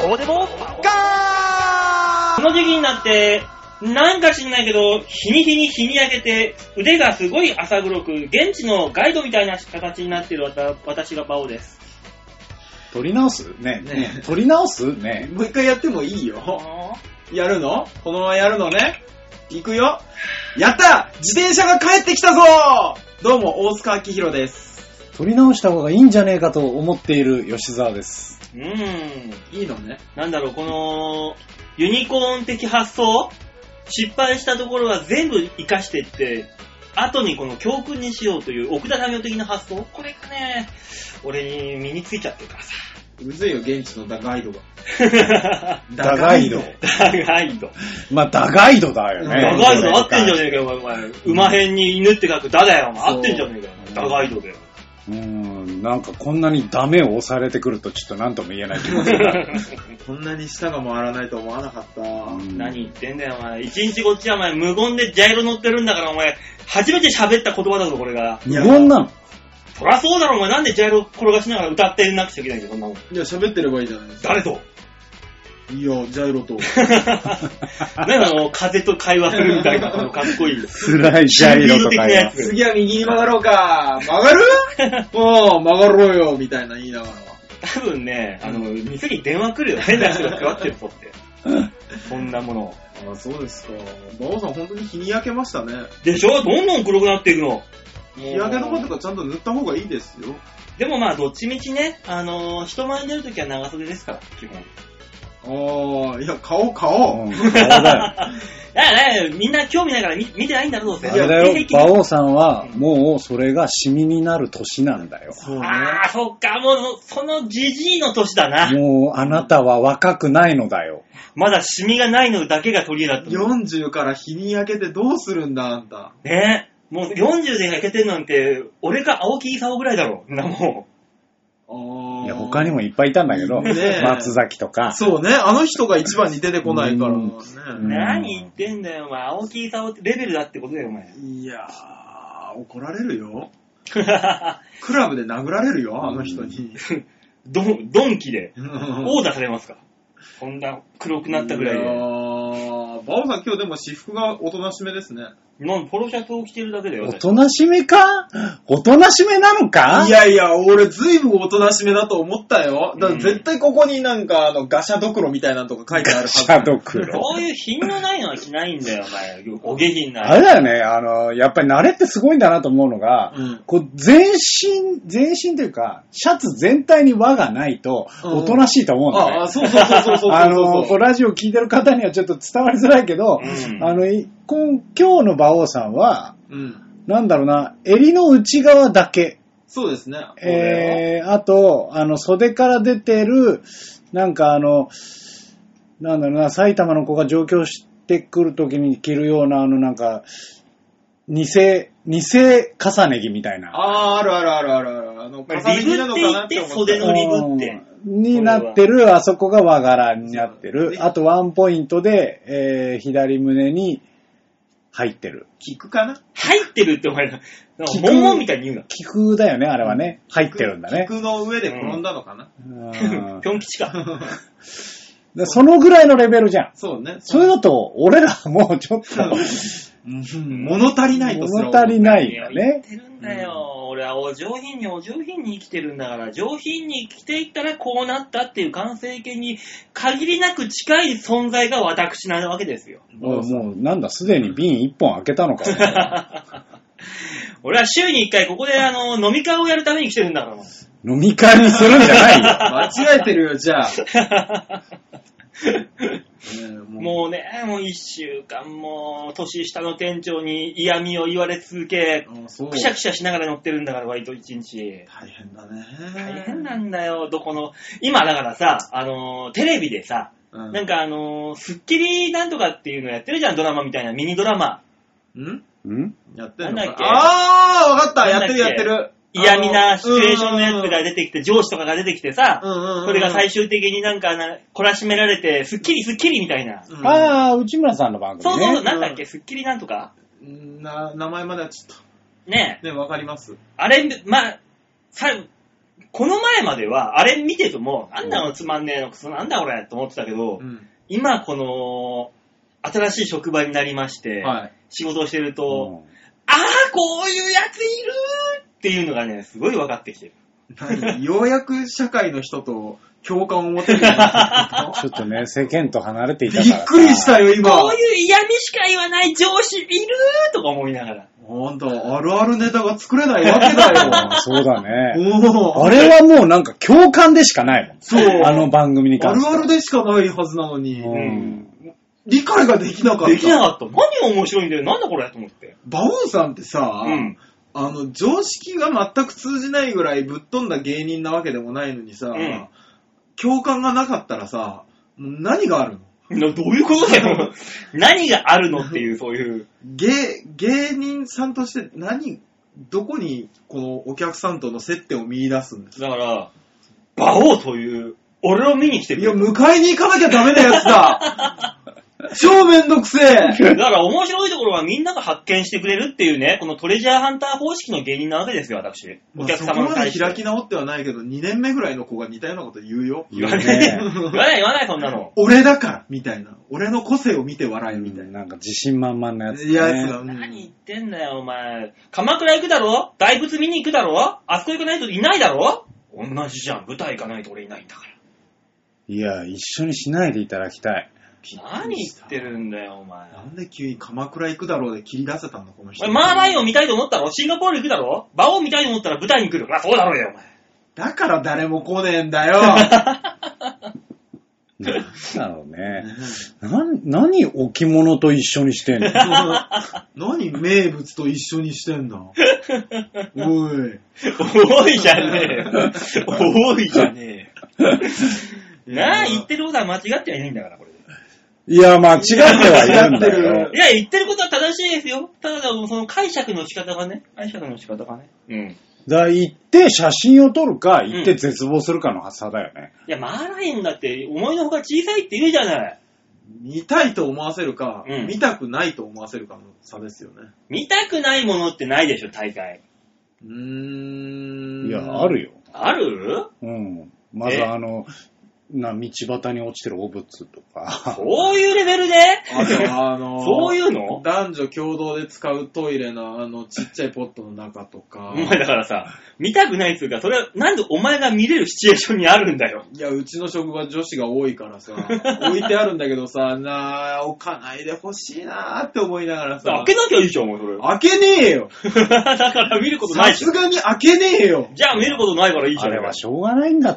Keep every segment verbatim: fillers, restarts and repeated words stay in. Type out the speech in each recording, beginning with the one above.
こうでもガー。この時期になってなんか知んないけど日に日に日に焼けて腕がすごい浅黒く現地のガイドみたいな形になっている私がバオです。 撮り直すねえねえ撮り直すねもう一回やってもいいよ。やるの？このままやるのね。行くよ。やった！自転車が帰ってきたぞ！どうも大塚明宏です。 撮り直した方がいいんじゃねえかと思っている吉沢です。 うーん、 いいのね。 なんだろう、このユニコーン的発想、失敗したところは全部活かしていって後にこの教訓にしようという奥田民生的な発想、これがね俺に身についちゃってるからさ。 うずいよ、現地のダガイドが。 ダガイド。 ダガイド。 まあ、ダガイドだよね。 ダガイド合ってんじゃねえかよ、お前。馬辺に犬って書くダだよ、お前。合ってんじゃねえかよ、ダガイドだよ。 うーん、なんかこんなにダメを押されてくるとちょっと何とも言えない気がする。 こんなに舌が回らないと思わなかった。 何言ってんだよ、お前。一日こっちはお前、無言でジャイロ乗ってるんだから、お前、初めて喋った言葉だぞ、これが。 無言なの？ そりゃそうだろ、お前。なんでジャイロ転がしながら歌ってなくちゃいけないんだよ、そんなもん。いや、喋ってればいいじゃないですか。 誰と？ いや、ジャイロと。 なんかあの、風と会話するみたいな、かっこいい。 辛いジャイロと会話。 次は右に曲がろうか。曲がる？もう曲がろうよ、みたいな言いながら。 多分ね、あの、店に電話来るよ。変な人が配ってるぞって。そんなもの。 ああ、そうですか。馬王さん本当に日に焼けましたね。 でしょ？どんどん黒くなっていくの。 日焼け止めとかちゃんと塗った方がいいですよ。 でもまあ、どっちみちね、あのー、人前に出るときは長袖ですから、基本。 ああ、いや、顔、顔。 うん、顔だよ。だからみんな興味ないから見見てないんだろ、どうせ。 あれだよ、馬王さんは、もうそれがシミになる年なんだよ。 そうね。 ああ、そっか、もう、そのジジイの年だな。 もう、あなたは若くないのだよ。 まだシミがないのだけが取り柄だった。 よんじゅうから日に焼けてどうするんだ、あんた。 ねえ。もうよんじゅうで焼けてんなんて、俺か青木功ぐらいだろ。な、もう。あいや、他にもいっぱいいたんだけど、ね、松崎とか。 そうね、あの人が一番に出てこないから、ね。 何言ってんだよ、お前。青木功ってレベルだってことだよ、お前。 いやー、怒られるよ。クラブで殴られるよ、あの人に。 ドン、ドンキで、殴打されますか。そんな黒くなったぐらいで。いやー、バオさん今日でも私服がおとなしめですね。 なんポロシャツを着てるだけだよ。 おとなしめか？おとなしめなのか？ いやいや、俺ずいぶんおとなしめだと思ったよ。だから絶対ここになんかあのガシャドクロみたいなのとか書いてあるはず。 ガシャドクロ。 そういう品のないのは着ないんだよ、お前。お下品な。 あれだよね、あの、やっぱり慣れってすごいんだなと思うのが、うん、こう全身、全身というか、シャツ全体に輪がないと、おとなしいと思うんだね。 うん、ああ、そうそうそうそうそう。 あの、こうラジオ聞いてる方にはちょっと伝わりづらいけど、うん、あの、今日の馬王さんは、うん、なんだろうな、襟の内側だけ。 そうですね。 えー、あと、あの、袖から出てる、なんかあの、なんだろうな、埼玉の子が上京してくるときに着るような、あの、なんか、偽、偽重ね着みたいな。 あー、あるあるあるあるある。あの、重ね着なのかなって思って。 袖のリブって。 になってる、あそこが和柄になってる。あとワンポイントで、えー、左胸に入ってる。 菊かな？ 入ってるってお前な。モンモンみたいに言うな。 菊だよね、あれはね。入ってるんだね。 菊の上で転んだのかな？ うん。ぴょん吉か。 そのぐらいのレベルじゃん。 そうね。 それだと、俺らもうちょっと、 物足りないとする。 物足りないよね。 言ってるんだよ。うん、俺はお上品にお上品に生きてるんだから、上品に生きていったらこうなったっていう完成形に限りなく近い存在が私なわけですよ。 もう、もうなんだ、すでに瓶一本開けたのか。 俺は週に一回ここであの飲み会をやるために来てるんだから。 飲み会にするんじゃないよ。 間違えてるよ、じゃあ。 ね、もうね、もう一週間も年下の店長に嫌味を言われ続け、くしゃくしゃしながら乗ってるんだから割と一日。 大変だね。 大変なんだよ、どこの。今だからさ、あのー、テレビでさ、うん、なんかあのー、スッキリなんとかっていうのやってるじゃん、ドラマみたいな、ミニドラマ。 んんやってるのかなんだっけ？ あー、わかった、やってるやってる。 嫌味なシチュエーションのやつが出てきて、上司とかが出てきてさ、それが最終的になんかな、懲らしめられて、スッキリスッキリみたいな。 うん、ああ、内村さんの番組ね。 そうそうそう、なんだっけ、スッキリなんとか。 な、名前まではちょっと。 ねえ。ね、わかります。 あれ、まあ、さ、 この前までは、あれ見てても、なんだろつまんねえのクソなんだこれと思ってたけど、 うん、 今この、新しい職場になりまして、はい、仕事をしてると、うん、ああ、こういうやついるっていうのがね、すごい分かってきてる。 ようやく社会の人と共感を持てるようになった。 ちょっとね、世間と離れていたから。 びっくりしたよ、今。 こういう嫌味しか言わない上司いるとか思いながら。 ほんと、あるあるネタが作れないわけだよ。 そうだね。あれはもうなんか共感でしかないもん。 そう。 あの番組に関して。 あるあるでしかないはずなのに。うん、理解ができなかった。 できなかった。何が面白いんだよ。なんだこれと思って。 バオンさんってさ、うん、あの、常識が全く通じないぐらいぶっ飛んだ芸人なわけでもないのにさ、うん、共感がなかったらさ、何があるの？ どういうことだよ。何があるのっていう、そういう。 芸、芸人さんとして何、どこにこのお客さんとの接点を見出すんですか？ だから、馬王という、俺を見に来てくれ。 いや、迎えに行かなきゃダメなやつだ。超めんどくせえ。 だから面白いところはみんなが発見してくれるっていうね、このトレジャーハンター方式の芸人なわけですよ、私。お客様の対して。まあ、そこまで開き直ってはないけど、にねんめぐらいの子が似たようなこと言うよ。 言わない。言わない言わない、そんなの。 俺だから、みたいな。俺の個性を見て笑えみたいな。 なんか自信満々なやつ、ね。 やつが、うん、 何言ってんだよ、お前。鎌倉行くだろ？大仏見に行くだろ？あそこ行かないといないだろ？同じじゃん。舞台行かないと俺いないんだから。 いや、一緒にしないでいただきたい。 何言ってるんだよ、お前。 なんで急に鎌倉行くだろうで切り出せたんだ、この人。 マーライオン見たいと思ったろ？シンガポール行くだろ？馬王見たいと思ったら舞台に来る。まあそうだろうよ、お前。 だから誰も来ねえんだよ。 なんだろうね。な、何置物と一緒にしてんの？ 何名物と一緒にしてんだ。おい。 おいじゃねえよ。おいじゃねえよ。なあ、言ってることは間違ってはいないんだから、これで。 いや、間違ってはいるんだよ。 いや、言ってることは正しいですよ。ただ、その解釈の仕方がね、解釈の仕方がね。うん。 だから行って写真を撮るか、行って絶望するかの差だよね。 うん、いや、マーライオンだって思いのほか小さいって言うじゃない。 見たいと思わせるか、うん、見たくないと思わせるかの差ですよね。 見たくないものってないでしょ、大会。 うーん。 いや、あるよ。 ある？ うん。まずあの、な、道端に落ちてる汚物とか。 そういうレベルであと、あのー、 そういうの男女共同で使うトイレのあの、ちっちゃいポットの中とか。 お前だからさ、見たくないっつうか、それはなんでお前が見れるシチュエーションにあるんだよ。 いや、うちの職場女子が多いからさ、置いてあるんだけどさ、なあ、置かないでほしいなーって思いながらさ。 開けなきゃいいじゃん、お前それ。 開けねえよ。 だから見ることないじゃん。 さすがに開けねえよ。 じゃあ見ることないからいいじゃん。 あれはしょうがないんだって。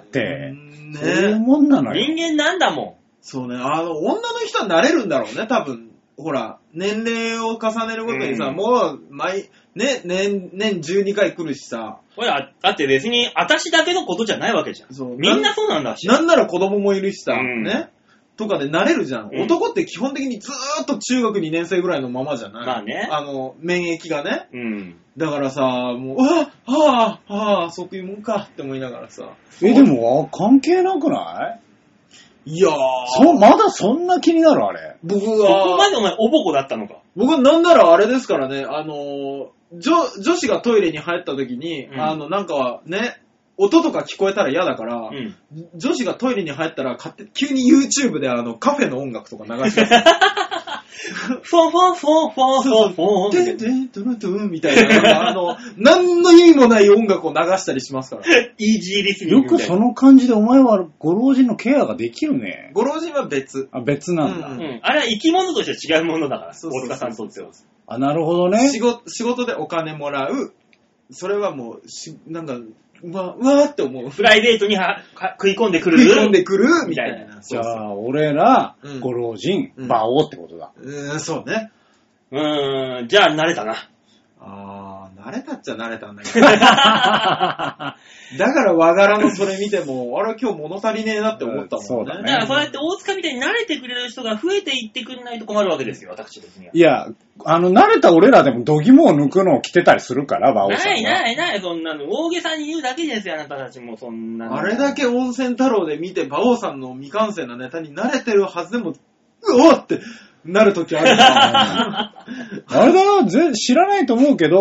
ね、そういうもんなのよ。 人間なんだもん。 そうね。あの、女の人は慣れるんだろうね、多分。ほら、年齢を重ねるごとにさ、うん、もう、毎、ね、年、年じゅうにかい来るしさ。 ほら、だって別に、私だけのことじゃないわけじゃん。そう。みんなそうなんだし。 なんなら子供もいるしさ、うん、ね。とかで慣れるじゃん、うん。男って基本的にずーっと中学にねん生ぐらいのままじゃない？ まあね。 あの、免疫がね。 うん。 だからさ、もう、ああ、ああ、ああ、そういうもんかって思いながらさ。 え、でも、関係なくない？ いやー。 そ、まだそんな気になるあれ。 僕は。 そこまでお前、おぼこだったのか。 僕はなんならあれですからね、あのー、女、女子がトイレに入った時に、うん、あの、なんかね、音とか聞こえたら嫌だから、うん、女子がトイレに入ったら勝手急に YouTube であのカフェの音楽とか流してる。 フォンフォンフォンフォンフォンフォンテンテントゥルトゥンみたいな、あの、何の意味もない音楽を流したりしますから。 イージーリスニング。よくその感じでお前はご老人のケアができるね。 ご老人は別。 あ、別なんだ。 うんうん、あれは生き物として違うものだから、大塚さんにとっては。 あ、なるほどね。 仕事、仕事でお金もらう。それはもう、し、なんか、うわ、うわーって思う。 プライベートには食い込んでくる。 食い込んでくるみたいな。 じゃあ、俺ら、ご老人、うん、馬王ってことだ。 うん、そうね。 うーん、じゃあ慣れたな。 あー、慣れたっちゃ慣れたんだけど。だから和柄のそれ見ても、あれ今日物足りねえなって思ったもんね。 そうだね。 だからそうやって大塚みたいに慣れてくれる人が増えていってくれないと困るわけですよ、私的には。 いや、あの、慣れた俺らでも度肝を抜くのを着てたりするから、馬王さんは。 ないないない、そんなの。大げさに言うだけですよ、あなたたちもそんなの。 あれだけ温泉太郎で見て、馬王さんの未完成なネタに慣れてるはずでも、うおってなるときある。あれだな、ぜ知らないと思うけど、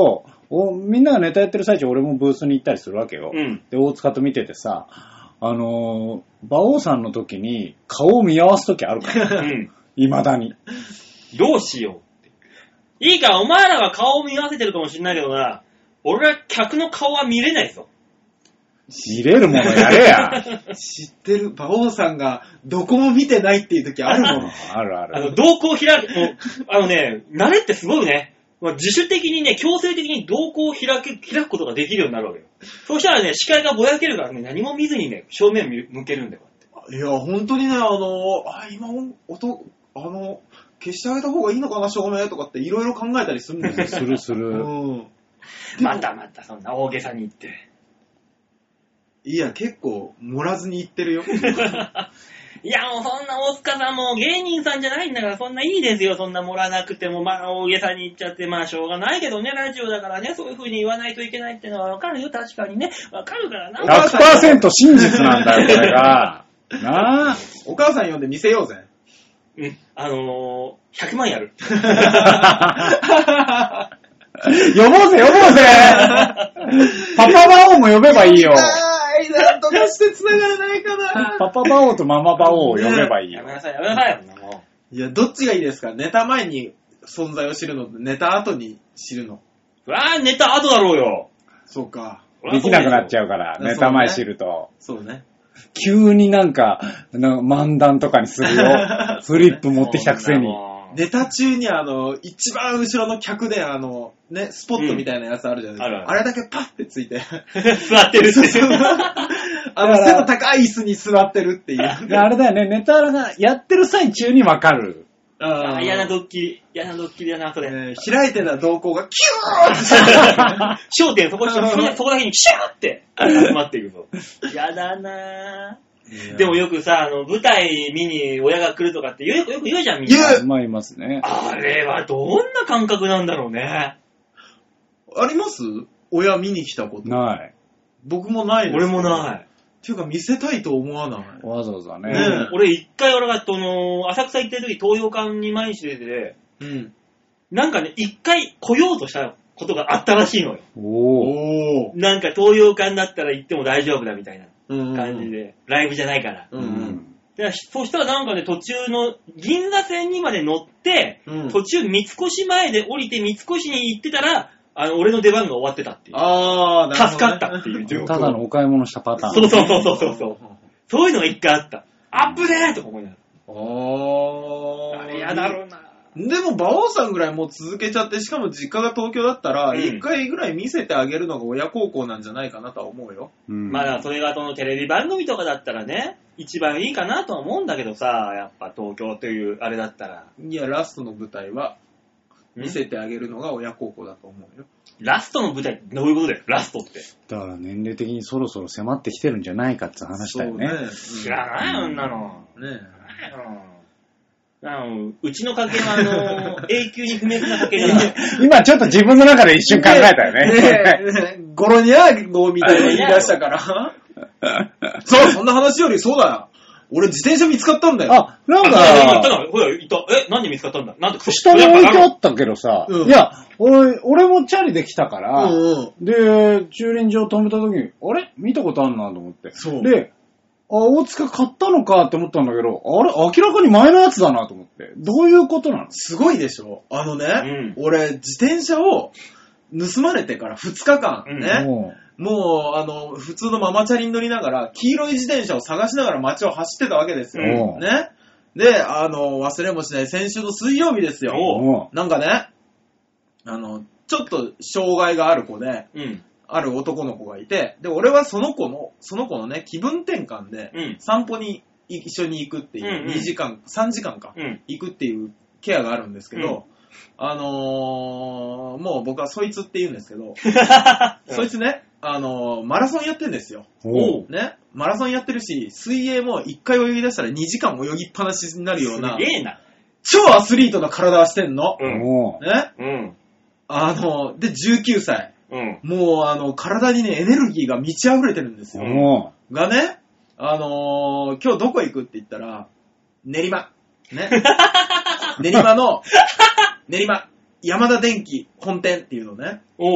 おみんながネタやってる最中俺もブースに行ったりするわけよ。 うん、 で、大塚と見ててさ、あのー、馬王さんの時に顔を見合わす時あるから、うん、未だに。 どうしようって。いいか、お前らは顔を見合わせてるかもしれないけどな、俺は客の顔は見れないぞ。 見れるものやれや。 知ってる。馬王さんがどこも見てないっていう時あるもの。 あるある。 あの、動向を開く、もう、あのね、慣れってすごいね。自主的にね、強制的に動向を開く、開くことができるようになるわけよ。そうしたらね、視界がぼやけるからね、何も見ずにね、正面向けるんだよ。 いや、本当にね、あの、あ、今、音、あの、消してあげた方がいいのかな、照明とかっていろいろ考えたりするんですよ。 するする。うん。 またまたそんな大げさに言って。 いや、結構、盛らずに言ってるよ。 いや、もうそんな大塚さんも芸人さんじゃないんだから、そんないいですよ。そんな盛らなくても、まあ大げさに言っちゃって、まあしょうがないけどね、ラジオだからね、そういう風に言わないといけないってのはわかるよ、確かにね。わかるからな。 ひゃくパーセント 真実なんだよ、これが。なあ。 お母さん呼んで見せようぜ。 うん、あのー、ひゃくまんやる。 呼ぼうぜ、呼ぼうぜパパバオも呼べばいいよ。 なんとかして繋がらないかな。 パパバオとママバオを呼べばいいよ。 やめなさい、やめなさい。 いや、どっちがいいですか？ネタ前に存在を知るのとネタ後に知るの。 うわぁ、ネタ後だろうよ。 そうか。 できなくなっちゃうから、ネタ前知ると。 そうね。 急になんか、なんか漫談とかにするよ。フリップ持ってきたくせに。 ネタ中にあの、一番後ろの客であの、ね、スポットみたいなやつあるじゃないですか。うん、あ, るあ, るあれだけパッてついて。 座ってるって。 あの、背の高い椅子に座ってるっていう。 あれだよね、ネタがやってる最中にわかる。 ああ、嫌なドッキリ、嫌なドッキリだな、それ。 えー、開いてた瞳孔がキューって焦点そこに、そこだけにキューって集まっていくぞ。嫌だなぁ。でもよくさ、あの、舞台見に親が来るとかってよくよく言うじゃん、みんな。 言うまあいますね。 あれはどんな感覚なんだろうね。 あります？親見に来たこと。 ない。 僕もないです。 俺もない。 っていうか見せたいと思わない。 わざわざね。 ね俺一回俺が、その、浅草行ってる時、東洋館に毎日出てて、うん。なんかね、一回来ようとしたことがあったらしいのよ。 おー。なんか東洋館だったら行っても大丈夫だみたいな感じで、うんうん、ライブじゃないから。うんうん。でそしたらなんかね、途中の銀座線にまで乗って、うん、途中三越前で降りて三越に行ってたら、あの、俺の出番が終わってたっていう。 ああ、なるほど、ね。 助かったっていう状況。 ただのお買い物したパターン。 そうそうそうそうそう。そういうのが一回あった。アップデーとか思いながら。 ああれ嫌だろうな。 でも、馬王さんぐらいもう続けちゃって、しかも実家が東京だったら、一、うん、回ぐらい見せてあげるのが親孝行なんじゃないかなとは思うよ。 うん、まだそれがそのテレビ番組とかだったらね、一番いいかなとは思うんだけどさ、やっぱ東京というあれだったら。 いや、ラストの舞台は、見せてあげるのが親孝行だと思うよ。 ラストの舞台ってどういうことだよ、ラストって。 だから年齢的にそろそろ迫ってきてるんじゃないかって話だよね。 そうね。知らないよ、そんなの。ねえ。あの、うちの家系はあの、永久に不滅な家系だから。 今ちょっと自分の中で一瞬考えたよね。 ねえ、ゴロニャーゴみたいな言い出したから。そう、そんな話よりそうだよ。俺自転車見つかったんだよ。 あ、なんか、 あ、ったのほら、いた。え、なんで見つかったんだなんで下に置いてあったけどさ、うん、いや、俺、俺もチャリで来たから、うんうん、で、駐輪場止めた時に、あれ見たことあるなと思って。そう。で、あ、大塚買ったのかって思ったんだけど、あれ明らかに前のやつだなと思って。どういうことなの？ すごいでしょ？あのね、うん、俺、自転車を盗まれてからふつかかんね、うん、もう、あの、普通のママチャリに乗りながら、黄色い自転車を探しながら街を走ってたわけですよ。うん、ね。で、あの、忘れもしない先週の水曜日ですよ。なんかね、あの、ちょっと障害がある子で、うん、ある男の子がいて、で、俺はその子の、その子のね、気分転換で、散歩に一緒に行くっていう、うん、にじかん、さんじかんか、うん、行くっていうケアがあるんですけど、うんあのー、もう僕はそいつって言うんですけど、そいつね、あのー、マラソンやってんですよ。ね、マラソンやってるし、水泳もいっかい泳ぎ出したらにじかん泳ぎっぱなしになるような、 すげえな。 超アスリートな体はしてんの。 うん、 ね、 うん、 あの、で、じゅうきゅうさい。うん、もう、あの、体にね、エネルギーが満ち溢れてるんですよ。がね、あのー、今日どこ行くって言ったら、練馬。ね。練馬の、練馬、山田電機本店っていうのね。 おう。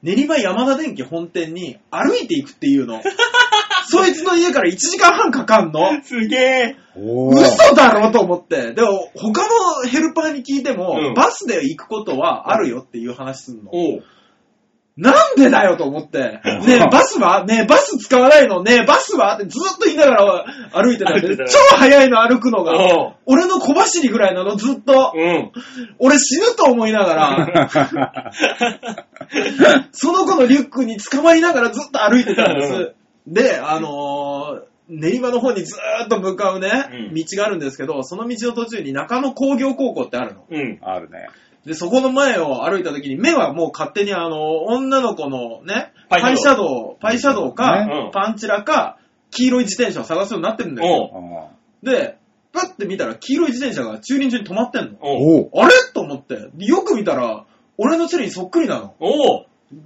練馬山田電機本店に歩いていくっていうの。そいつの家からいちじかんはんかかんの。 すげえ。 嘘だろと思って。でも、他のヘルパーに聞いても、うん、バスで行くことはあるよっていう話すんの。おうなんでだよと思って。ねえ、バスはねえ、バス使わないのねえ、バスはってずっと言いながら歩いてたんで、超速いの歩くのが。俺の小走りぐらいなの、ずっと。うん、俺死ぬと思いながら、その子のリュックに捕まりながらずっと歩いてたんです。で、あのー、練馬の方にずーっと向かうね、うん、道があるんですけど、その道の途中に中野工業高校ってあるの。 うん、あるね。 で、そこの前を歩いた時に、目はもう勝手にあの、女の子のね、パイシャドウ、パイシャドウか、ね、パンチラか、黄色い自転車を探すようになってるんだよ。で、パッて見たら黄色い自転車が駐輪場に止まってんの。あれと思って。よく見たら、俺のチェリーにそっくりなの。お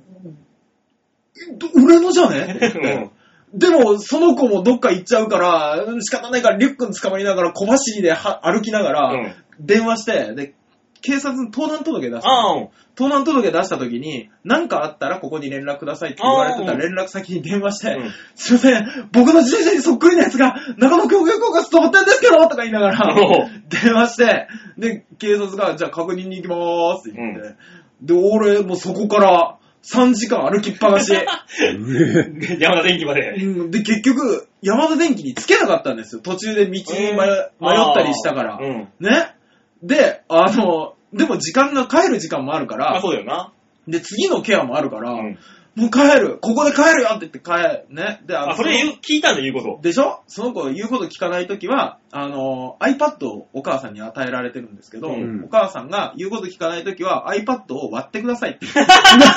俺のじゃねって言って。でも、その子もどっか行っちゃうから、仕方ないからリュックに捕まりながら小走りで歩きながら、電話して、で、警察に盗難届出した。盗難届出した時に、何かあったらここに連絡くださいって言われてた連絡先に電話して、うん、すいません、僕の自転車にそっくりなやつが中野工業高校止まってんですけどとか言いながら、電話して、で、警察が、じゃあ確認に行きまーすって言って、うん、で、俺もうそこからさんじかん歩きっぱなし。 山田電機まで。 で、結局、山田電機につけなかったんですよ。途中で道に迷、迷ったりしたから。うん、ね。で、あの、でも時間が帰る時間もあるから。 あ、そうだよな。 で、次のケアもあるから、うん、もう帰る。ここで帰るよって言って帰る。ね。で、 あの、あ、それ言う聞いたんだ、言うこと。 でしょその子言うこと聞かないときは、あの、iPad をお母さんに与えられてるんですけど、うん、お母さんが言うこと聞かないときは iPad を割ってくださいって言って。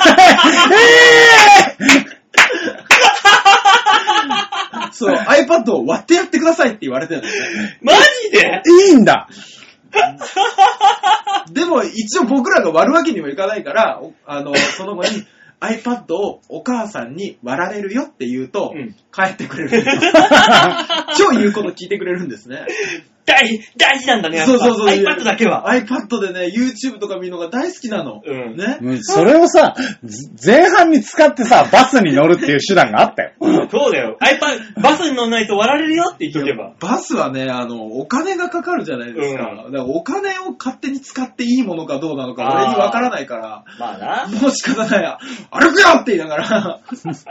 そう、iPad を割ってやってくださいって言われてるんですね。 マジでいいんだでも一応僕らが割るわけにもいかないから、あの、その後に iPad をお母さんに割られるよって言うと、うん、帰ってくれるんですよ。超言うこと聞いてくれるんですね。 大, 大事なんだね、やっぱ。そうそうそう。iPad だけは。 iPad でね、YouTube とか見るのが大好きなの。うん。ね。 うん、それをさ、前半に使ってさ、バスに乗るっていう手段があったよ。 そうだよ。iPad、バスに乗らないと割られるよって言っとけば。 バスはね、あの、お金がかかるじゃないですか。うん、だからお金を勝手に使っていいものかどうなのか俺にわからないから。 まあな。 もう仕方ないや。歩くよって言いながら。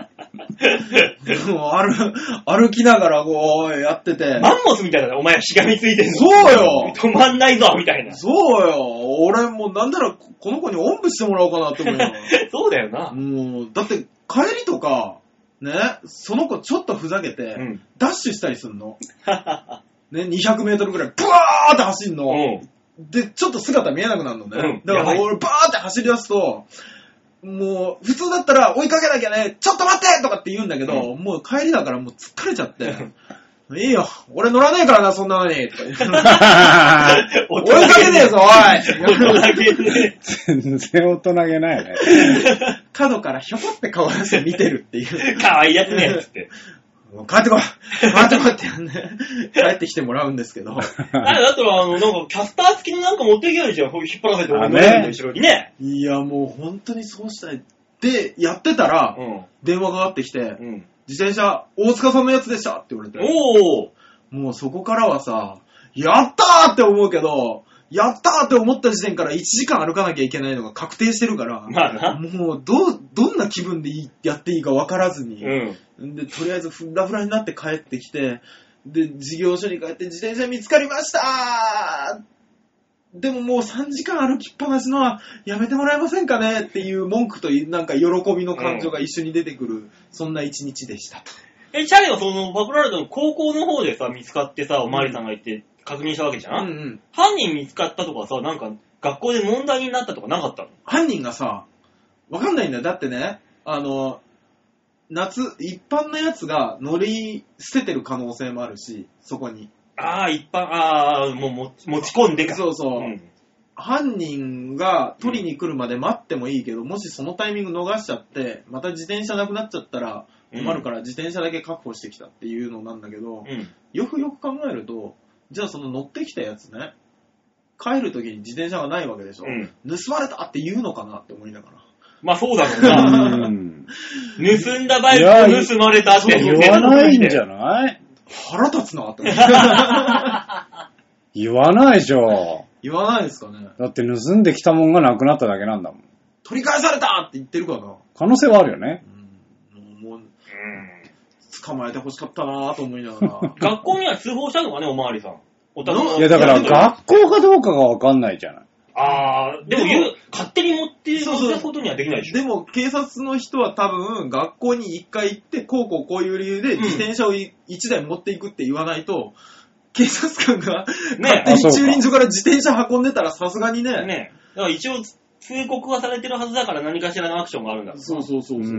もう歩、歩きながらこうやってて。 マンモスみたいだね、お前しがみついてんの。 そうよ。 止まんないぞみたいな。 そうよ。俺もうなんならこの子におんぶしてもらおうかなって思うよ。 そうだよな。 もうだって帰りとかね、その子ちょっとふざけて、うん、ダッシュしたりすんの。ね、にひゃくメートルぐらいブワーって走んの。うん、でちょっと姿見えなくなるのね。うん、だから俺バーって走り出すと。もう、普通だったら追いかけなきゃね、ちょっと待ってとかって言うんだけど、うん、もう帰りだからもう疲れちゃって、いいよ、俺乗らねえからな、そんなのに。とか言って追いかけねえぞ、おい大人げねえ。 全然大人げないね。 角からひょこって顔出して見てるっていう。 かわいいやつね、つって。 帰ってこい帰ってこいってね、帰ってきてもらうんですけど。 だったら、あの、なんか、キャスター付きのなんか持っていけないじゃん。引っ張らせて俺の後ろにね。 いや、もう本当にそうしたい。で、やってたら、うん、電話がかかってきて、うん、自転車、大塚さんのやつでしたって言われて。おー。もうそこからはさ、やったーって思うけど、やったーって思った時点からいちじかん歩かなきゃいけないのが確定してるから、まあな、もうど、どんな気分でやっていいか分からずに、うん、で、とりあえずフラフラになって帰ってきて、で、事業所に帰って自転車見つかりましたーでももうさんじかん歩きっぱなしのはやめてもらえませんかねっていう文句となんか喜びの感情が一緒に出てくる、うん、そんな一日でしたと。 え、チャレはそのパクられたの高校の方でさ、見つかってさ、おまわりさんがいて確認したわけじゃん、うんうん、犯人見つかったとかさ、なんか学校で問題になったとかなかったの？ 犯人がさ、わかんないんだよ。だってね、あの、夏、一般のやつが乗り捨ててる可能性もあるし、そこに。 ああ、一般、ああ、もう持ち、持ち込んでか。 そうそう。うん、犯人が取りに来るまで待ってもいいけど、もしそのタイミング逃しちゃって、また自転車なくなっちゃったら困るから自転車だけ確保してきたっていうのなんだけど、うん、よくよく考えると、じゃあその乗ってきたやつね、帰るときに自転車がないわけでしょ、うん、盗まれたって言うのかなって思いながら。 まあそうだろうな。うん、盗んだバイクを盗まれたって言わないんじゃない？ 腹立つなって思って。 言わないでしょ。 言わないですかね。 だって盗んできたもんがなくなっただけなんだもん。 取り返されたって言ってるかな。 可能性はあるよね。 うん、もう、うん、捕まえてほしかったなぁと思いながら。 学校には通報したのかね、おまわりさん。おたのいやだから学校かどうかがわかんないじゃない。 あー、でも言う、勝手に持って持ってことにはできないでしょ。 でも警察の人は多分学校に一回行って、こうこうこういう理由で自転車を一台持っていくって言わないと、警察官が勝手に駐輪場から自転車運んでたらさすがにね。 ね。だから一応通告はされてるはずだから何かしらのアクションがあるんだろう。 そうそうそうそう、うん。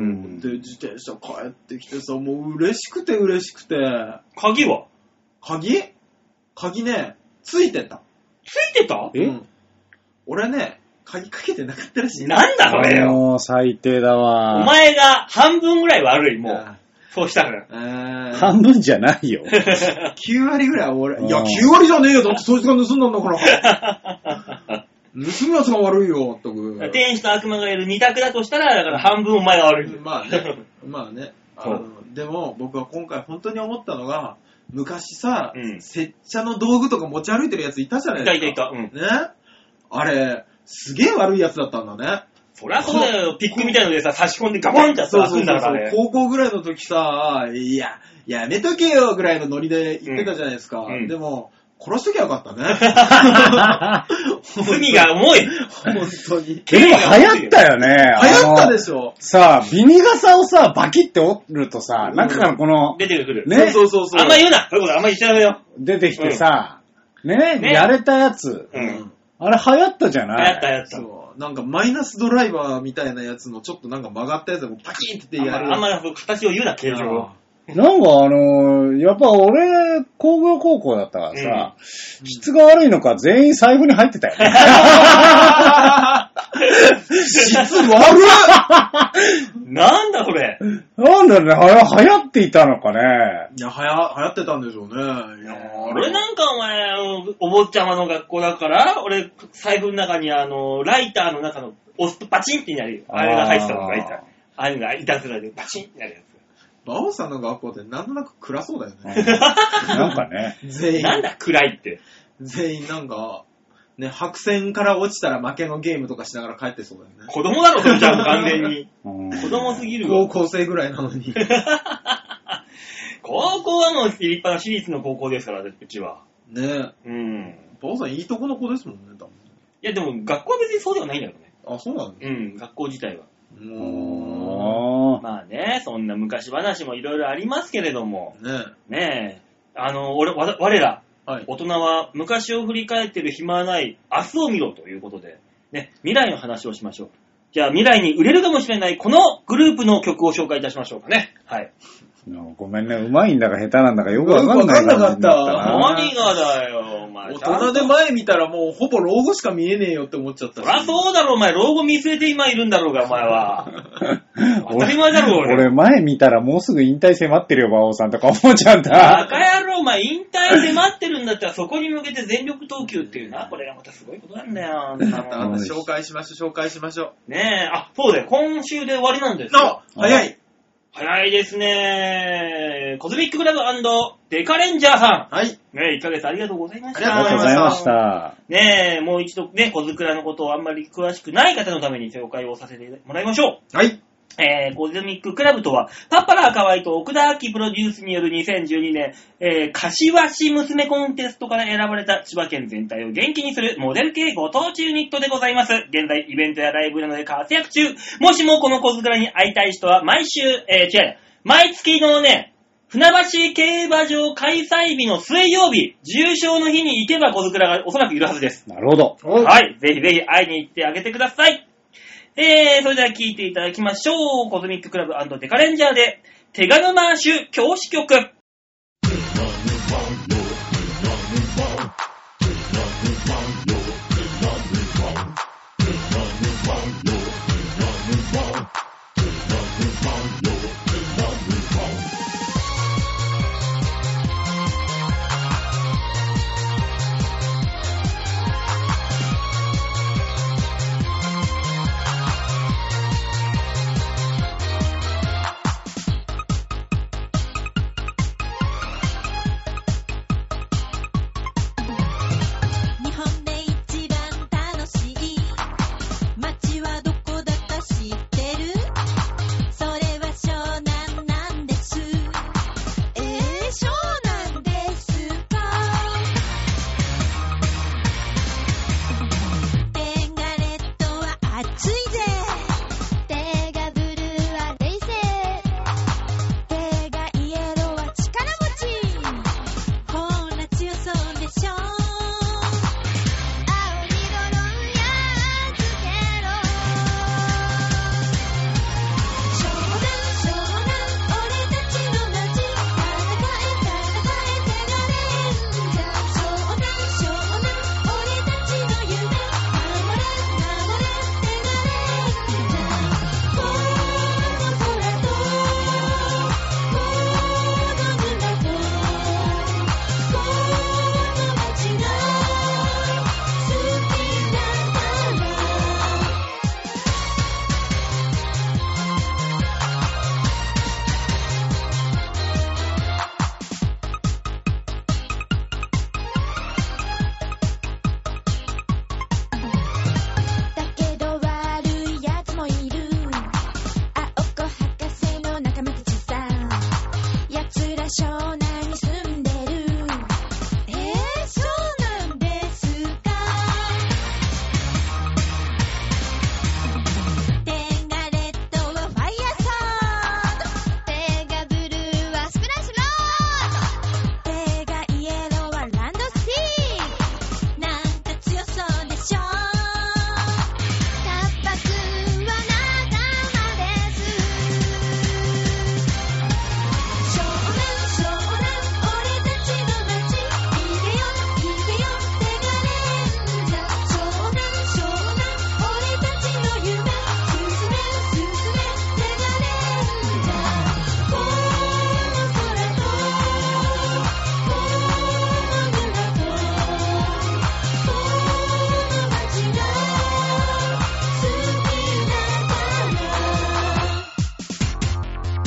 で、自転車帰ってきてさ、もう嬉しくて嬉しくて。 鍵は鍵鍵ね、ついてた。 ついてた？ え、うん、 俺ね、鍵かけてなかったらしい。 なんだそれよ。 もう最低だわ。 お前が半分ぐらい悪い、もう。そうしたら。 えー、半分じゃないよ。 きゅう割ぐらい俺。いや、きゅう割じゃねえよ。だってそいつが盗んだんだから。盗むやつが悪いよ。とく天使と悪魔がいる二択だとしたら、だから半分お前が悪い。 まあね。まあね。あのでも僕は今回本当に思ったのが、昔さ、うん、拙者の道具とか持ち歩いてるやついたじゃないですか。 いたいたいた。うん、 ね。あれ、すげえ悪いやつだったんだね。 そりゃそうだよ。ピックみたいのでさ、差し込んでガボンってやつ開くんだからね。 高校ぐらいの時さ、いや、やめとけよぐらいのノリで言ってたじゃないですか。うん、でも、殺しときゃよかったね。 罪が重い。 本当に。 でも流行ったよね。 流行ったでしょ。 さあ、ビニ傘をさ、バキって折るとさ、うん、中からこの、 出てくる。 ね。 そうそうそう。 あんま言うな。そういうことあんま言っちゃダメよ。 出てきてさ、うん、ね, ね、やれたやつ。うん。あれ流行ったじゃない？ 流行った流行った。 そう。なんかマイナスドライバーみたいなやつのちょっとなんか曲がったやつでもパキーンってやる。 あんまり形を言うな、形状を。 なんかあのー、やっぱ俺、工業高校だったからさ、うん、質が悪いのか全員財布に入ってたよね。 質悪っなんだそれ。 なんだろうね、はや、流行っていたのかね。 いや、はや、流行ってたんでしょうね。いや俺なんかお前、お坊ちゃまの学校だから、俺、財布の中にあの、ライターの中の、押すとパチンってなるよ。あれが入ってたの、ライター。ああいうのがいたずらでパチンってなるやつ。 バオさんの学校ってなんとなく暗そうだよね。 なんかね。 全員。なんだ暗いって。 全員なんか、ね、白線から落ちたら負けのゲームとかしながら帰ってそうだよね。 子供だろ、それじゃん、完全に。子供すぎるわ。高校生ぐらいなのに。 高校はもう立派な私立の高校ですから、うちは。 ねえ。 うん。 バオさんいいとこの子ですもんね、多分。 いや、でも学校は別にそうではないんだよね。 あ、そうなんだ。 うん、学校自体は。 もうまあね、そんな昔話もいろいろありますけれども。 ねえ。ねえ。あの、俺、わ我ら、 はい、 大人は昔を振り返ってる暇はない明日を見ろということで、ね、未来の話をしましょう。じゃあ未来に売れるかもしれないこのグループの曲を紹介いたしましょうかね。はい。 ごめんね、うまいんだか下手なんだかよくわかんないなかった。 何がだよ、お前。 大人で前見たらもうほぼ老後しか見えねえよって思っちゃったし。 あ、そうだろ、お前。老後見据えて今いるんだろうが、お前は。当たり前だろ、俺。 俺前見たらもうすぐ引退迫ってるよ、馬王さんとか思っちゃった。 バカ野郎、お前、引退迫ってるんだったらそこに向けて全力投球っていうな。これがまたすごいことなんだよ。 紹介しましょう、紹介しましょう。ねえ、あ、そうだよ。今週で終わりなんですよ。 あ、早い。 早いですね。コズミッククラブ&デカレンジャーさん。 はい。 ねえ、いっかげつありがとうございました。 ありがとうございました。 ねえ、もう一度ね、コズクラのことをあんまり詳しくない方のために紹介をさせてもらいましょう。はい。 えー、コズミッククラブとは、パッパラー河合と奥田明プロデュースによるにせんじゅうにねん、えー、柏市娘コンテストから選ばれた千葉県全体を元気にするモデル系ご当地ユニットでございます。現在、イベントやライブなどで活躍中。もしもこのコズクラに会いたい人は、毎週、えー、違う、毎月のね、船橋競馬場開催日の水曜日、重賞の日に行けばコズクラがおそらくいるはずです。 なるほど。 はい。ぜひぜひ会いに行ってあげてください。えー、それでは聴いていただきましょう。コズミッククラブ&デカレンジャーで、手賀沼種教師曲。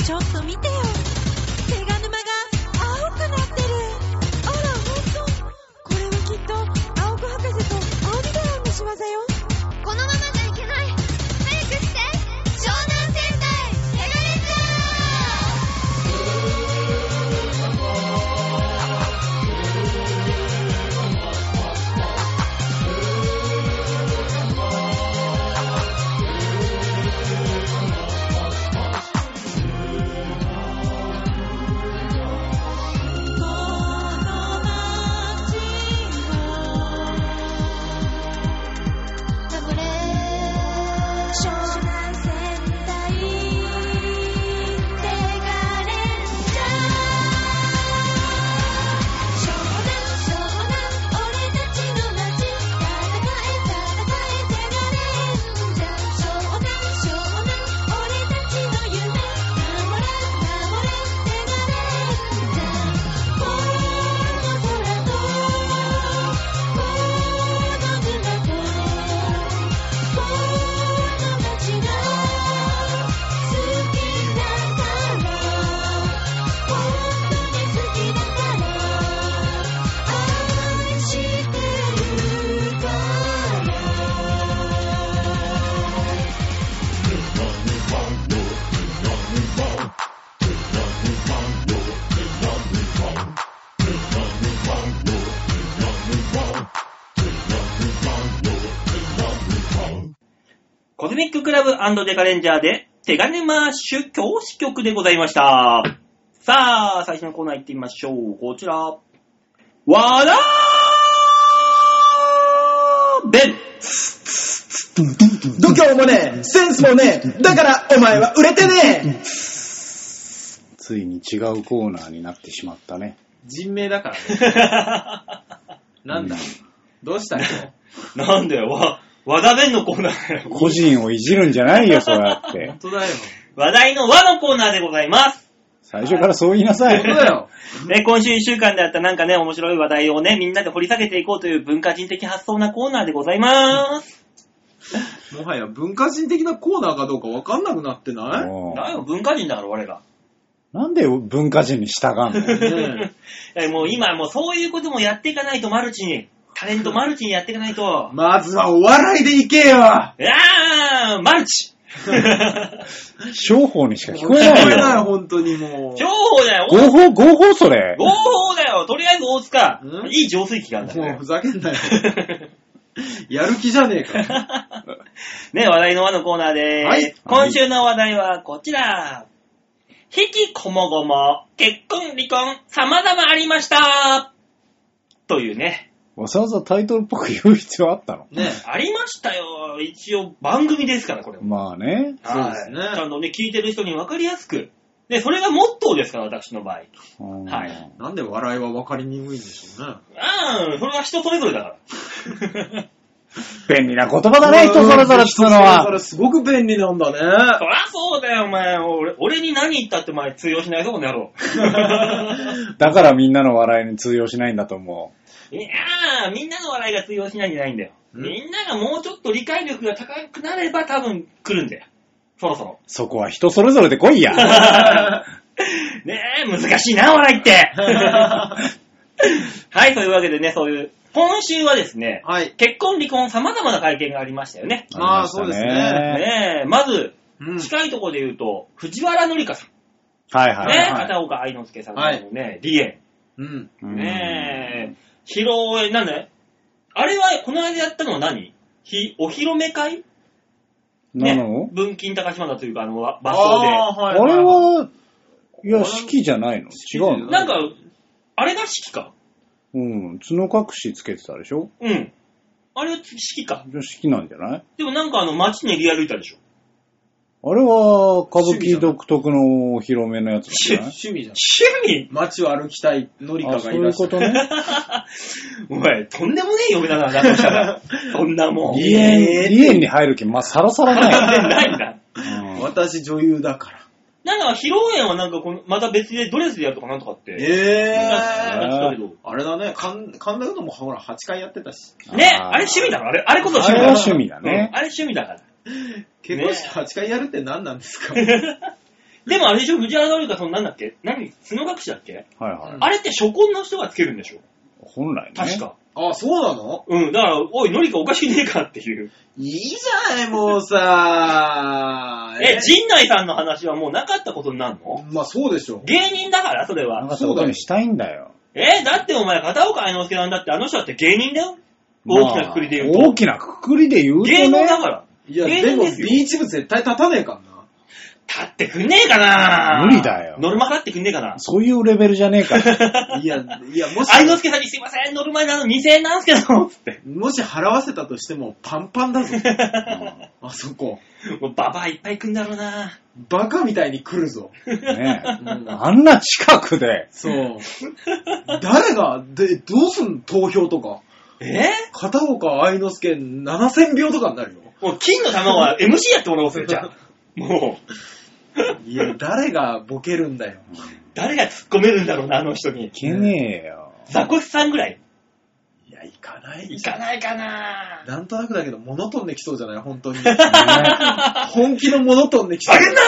ちょっと見てよ。手賀沼が青くなってる。あら、ほんと。これはきっと青子博士と青みどらんの仕業よ。このままじゃいけない。早くして。湘南戦隊手賀レンジャコズミッククラブ&デカレンジャーで手金マッシュ教師曲でございました。さあ、最初のコーナー行ってみましょう。こちら。わだーべん度胸もねえ、センスもねえ、だからお前は売れてねえ。 ついに違うコーナーになってしまったね。 人名だからね。なんだ、うん、どうしたよ。 なんだよ、わ、和田弁のコーナーだよ。 個人をいじるんじゃないよ、そうやって。 本当だよ。 話題の和のコーナーでございます。 最初からそう言いなさい。 本当だよ。 ね、今週一週間であったなんかね、面白い話題をね、みんなで掘り下げていこうという文化人的発想なコーナーでございます。 もはや文化人的なコーナーかどうか分かんなくなってない？ だよ、文化人だから俺ら。 なんで文化人に従うんだよ。もう今もうそういうこともやっていかないとマルチに、タレントマルチにやっていかないと。 まずはお笑いでいけよ。いやー、マルチ。 商法にしか聞こえないよ。聞こえない、 本当にもう。 商法だよ。 合法、合法それ。 合法だよ。とりあえず大塚。いい浄水器があるんだよ。もうふざけんなよ。やる気じゃねえか。 ね、話題の輪のコーナーでーす。はい、今週の話題はこちら。引きこもごも、結婚、離婚、様々ありましたというね。 わざわざタイトルっぽく言う必要あったの？ ね、ありましたよ。一応番組ですから、これ。 まあね。 そうですね。ちゃんとね、聞いてる人に分かりやすく。で、それがモットーですから、私の場合。はい。 なんで笑いは分かりにくいんでしょうね。 ああ、それは人それぞれだから。 便利な言葉だね、人それぞれっつうのは。 それすごく便利なんだね。そりゃそうだよ、お前。俺、俺に何言ったってお前通用しないぞ、この野郎。 だからみんなの笑いに通用しないんだと思う。 いやー、みんなの笑いが通用しないんじゃないんだよ。みんながもうちょっと理解力が高くなれば多分来るんだよ。そろそろ。 そこは人それぞれで来いや。 ねえ、難しいな、笑いって。はい、というわけでね、そういう、今週はですね、はい、結婚、離婚、様々な会見がありましたよね。 ああ、そうですね。 ねえ、まず、うん、近いところで言うと、藤原紀香さん。 はいはい、はい。 ね、片岡愛之助さんのね、はい、離縁。 うん。 ねえ、披露宴、なんだねあれは、この間やったのは何ひお披露目会なの、 ね、文金高島だというか、あの、場所で。 あ、はいはいはい、あれは、いや、式じゃないの違うのなんか、あれが式か。 うん、角隠しつけてたでしょうん。あれは式か。 じゃ式なんじゃないでもなんかあの、街練り歩いたでしょあれは、歌舞伎独特のお披露目のやつじゃない趣味じゃん。 趣味街を歩きたいのりかがいらっしゃる。 そういうことね。 お前、とんでもねえ嫁だな、だとしたら。そんなもん。 離縁、離縁に入る気、まあ、さらさらない。 ないんだ。 うん、私女優だから。 なんか、披露宴はなんかこの、また別でドレスでやるとかなんとかって。 えぇー。 あれだね、神田うどんもほら、はちかいやってたし。 ね、あれ趣味だろ、あれ、あれこそ趣味だ。 あれは趣味だね。 うん、あれ趣味だから。 結婚式はちかいやるって何なんですか？ でもあれでしょ、藤原紀香そのなんだっけ何角隠しだっけ、 はいはい。 あれって初婚の人がつけるんでしょ本来ね。 確か。 あ、そうなの？ うん、だから、おい、紀香おかしくねえかっていう。 いいじゃない、もうさえ、陣内さんの話はもうなかったことになるの？ まあそうでしょ。 芸人だから、それは。 なかったことにしたいんだよ。 え、だってお前、片岡愛之助なんだって、あの人だって芸人だよ。大きなくくりで言うと。 まあ、大きなくくりで言うとね。 芸能だから。 いや、でもビーチ部絶対立たねえからな。 立ってくんねえかな。 無理だよ。 ノルマ払ってくんねえかな。 そういうレベルじゃねえから。 いや、いや、もし。 愛之助さんにすいません、ノルマなのにせんえんなんすけど、つって。 もし払わせたとしてもパンパンだぞ。あそこ。 もうババアいっぱい来んだろうな。 バカみたいに来るぞ。 ねえ、うん。あんな近くで。 そう。誰が、で、どうすんの投票とか。 え片岡愛之助ななせんびょうとかになるよ。 もう金の玉は エムシー やってもらおうぜ、じゃあ。もう。 いや、誰がボケるんだよ。 誰が突っ込めるんだろうな、あの人に。 いけねえよ。 ザコシさんぐらい。 いや、行かない。 行かないかな。 なんとなくだけど、物飛んできそうじゃない本当に。本気の物飛んできそう。 あげんな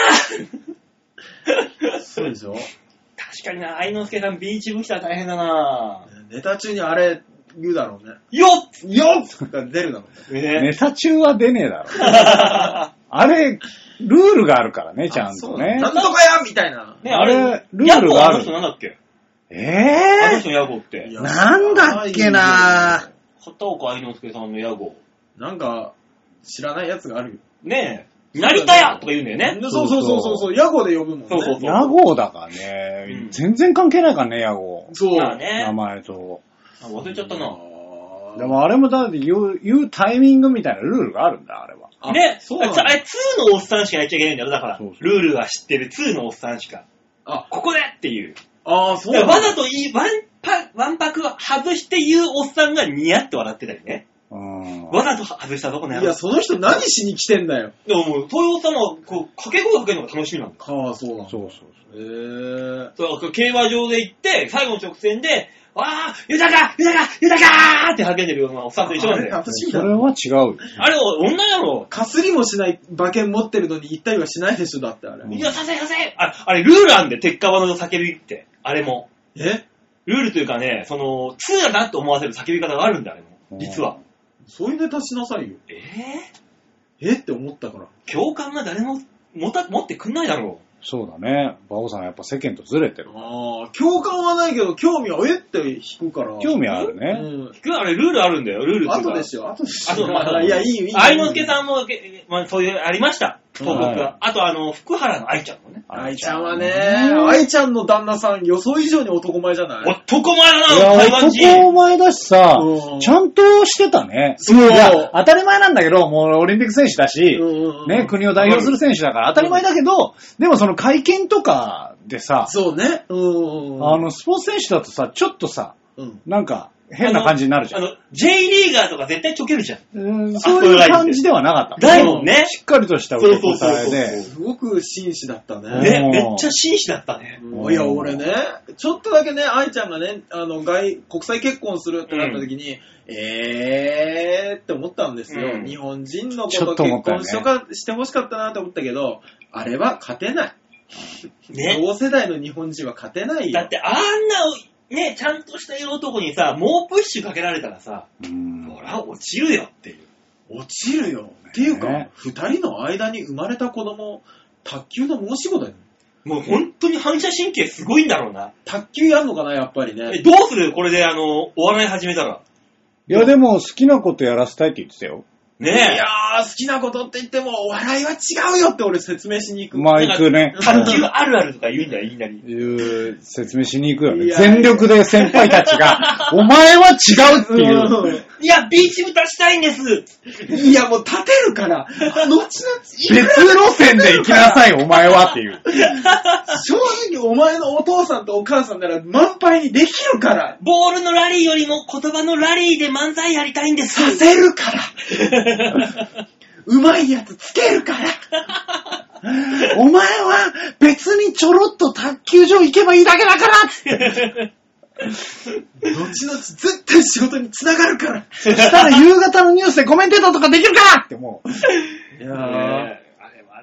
そうでしょ。 確かにな、愛之助さんビーチ部来たら大変だな。 ネタ中にあれ言うだろうね。 よっよっが出るだろうね。 ねネタ中は出ねえだろ。あれ、ルールがあるからね、ちゃんとね。 なんとかやみたいな。 ね、あれ、 ルールがある。 あの人なんだっけえあのぇ、 人の屋号って。 なんだっけなぁ。 片岡愛之助さんの屋号。 なんか、知らないやつがあるよ。 ねえ、成田屋とか言うんだよね。 そうそうそうそうそう、屋号で呼ぶもんね。 そうそうそう。 屋号だからね、 うん全然関係ないからね、屋号。 そう。 まあね。 名前と。 あ、忘れちゃったな。 でもあれもだって言う、言うタイミングみたいなルールがあるんだ、あれは。 あね、 そうなんだああれ、ツーのおっさんしかやっちゃいけないんだよ、だから。 そうそうルールは知ってるツーのおっさんしか。 あ、 ここでっていう。 ああ、そうだなんだ。 からわざといい、ワンパ、ワンパク外して言うおっさんがニヤって笑ってたりね。 うん。 わざと外したぞ、この野郎。 いや、その人何しに来てんだよ。 でももう、そういうおっさんは、こう、掛け声かけるのが楽しみなんだよ。 ああ、そうなんだ。 そうそうそう。 へぇー。 そう、競馬場で行って、最後の直線で、わー、豊か豊か豊かーって叫んでるようなおっさんと一緒なんだよ。 私みそれたいな。 は違うよ。 あれ、女やろ。 かすりもしない馬券持ってるのに行ったりはしないでしょ、だってあれ。 いや、させさせああれ、ルールあんで、鉄火場の叫びって。あれも。 えルールというかね、その、ツーだなと思わせる叫び方があるんだ、あれも。実は。 そういうネタしなさいよ。 えぇ、 えって思ったから。 共感が誰も持た持ってくんないだろそうだね。馬王さんやっぱ世間とずれてる。 ああ、共感はないけど、興味は、えって引くから。 興味あるうね。 ん。 う。あれ、ルールあるんだよ、ルールっていうか。 後でしょ、後でしょ。 あと、まあ、 いや、いいよ、いいよ。 愛之助さんも、けまあ、そういう、ありました。報告はが。あと、あの、福原の愛ちゃんもね。 愛ちゃんはね、愛ちゃんの旦那さん予想以上に男前じゃない男前だいや、 な、台湾人。 男前だしさうん、 ちゃんとしてたね。 そういや、当たり前なんだけど、もうオリンピック選手だし、 うんうんうんね、国を代表する選手だから当たり前だけど、でもその会見とかでさ、 そうね。うん。 あの、スポーツ選手だとさ、ちょっとさ、 うん。 なんか、変な感じになるじゃん。 あの、J リーガーとか絶対ちょけるじゃん。 うんそういう感じではなかった。 だよね。 しっかりとした受け答えそうそうそうで。 すごく紳士だったね。 ね、 うんめっちゃ紳士だったね。 うんいや、俺ね、ちょっとだけね、愛ちゃんがね、あの、外、国際結婚するってなった時に、えーって思ったんですよ。 うん日本人の子ちょとっと思ったよね結婚しとかしてほしかったなと思ったけど、あれは勝てない。 ね。 同世代の日本人は勝てないよ。 だってあんな、ね、ちゃんとした色男にさ、猛プッシュかけられたらさ、 うんほら、落ちるよっていう。 落ちるよ。っていうかね、 二人の間に生まれた子供、卓球の申し子だよ。 もう本当に反射神経すごいんだろうな。 卓球やんのかな、やっぱりえ、 ね。 どうするこれであの、お笑い始めたら。 いや、でも好きなことやらせたいって言ってたよ。 ねいやー、好きなことって言っても、お笑いは違うよって俺説明しに行く。 まあ行くね。 え。卓球あるあるとか言うんだよ、いきなり。 いう説明しに行くよね。 いや全力で先輩たちが、お前は違うっていう。 いや、ビーチ部立ちたいんです。 いや、もう立てるから、後々、 別路線で行きなさい、お前はっていう。 正直お前のお父さんとお母さんなら満杯にできるから、 ボールのラリーよりも言葉のラリーで漫才やりたいんです。 させるから。うまいやつつけるから。お前は別にちょろっと卓球場行けばいいだけだから後々絶対仕事に繋がるから。 そしたら夕方のニュースでコメンテーターとかできるからってもう。 いやー、 ねえあれは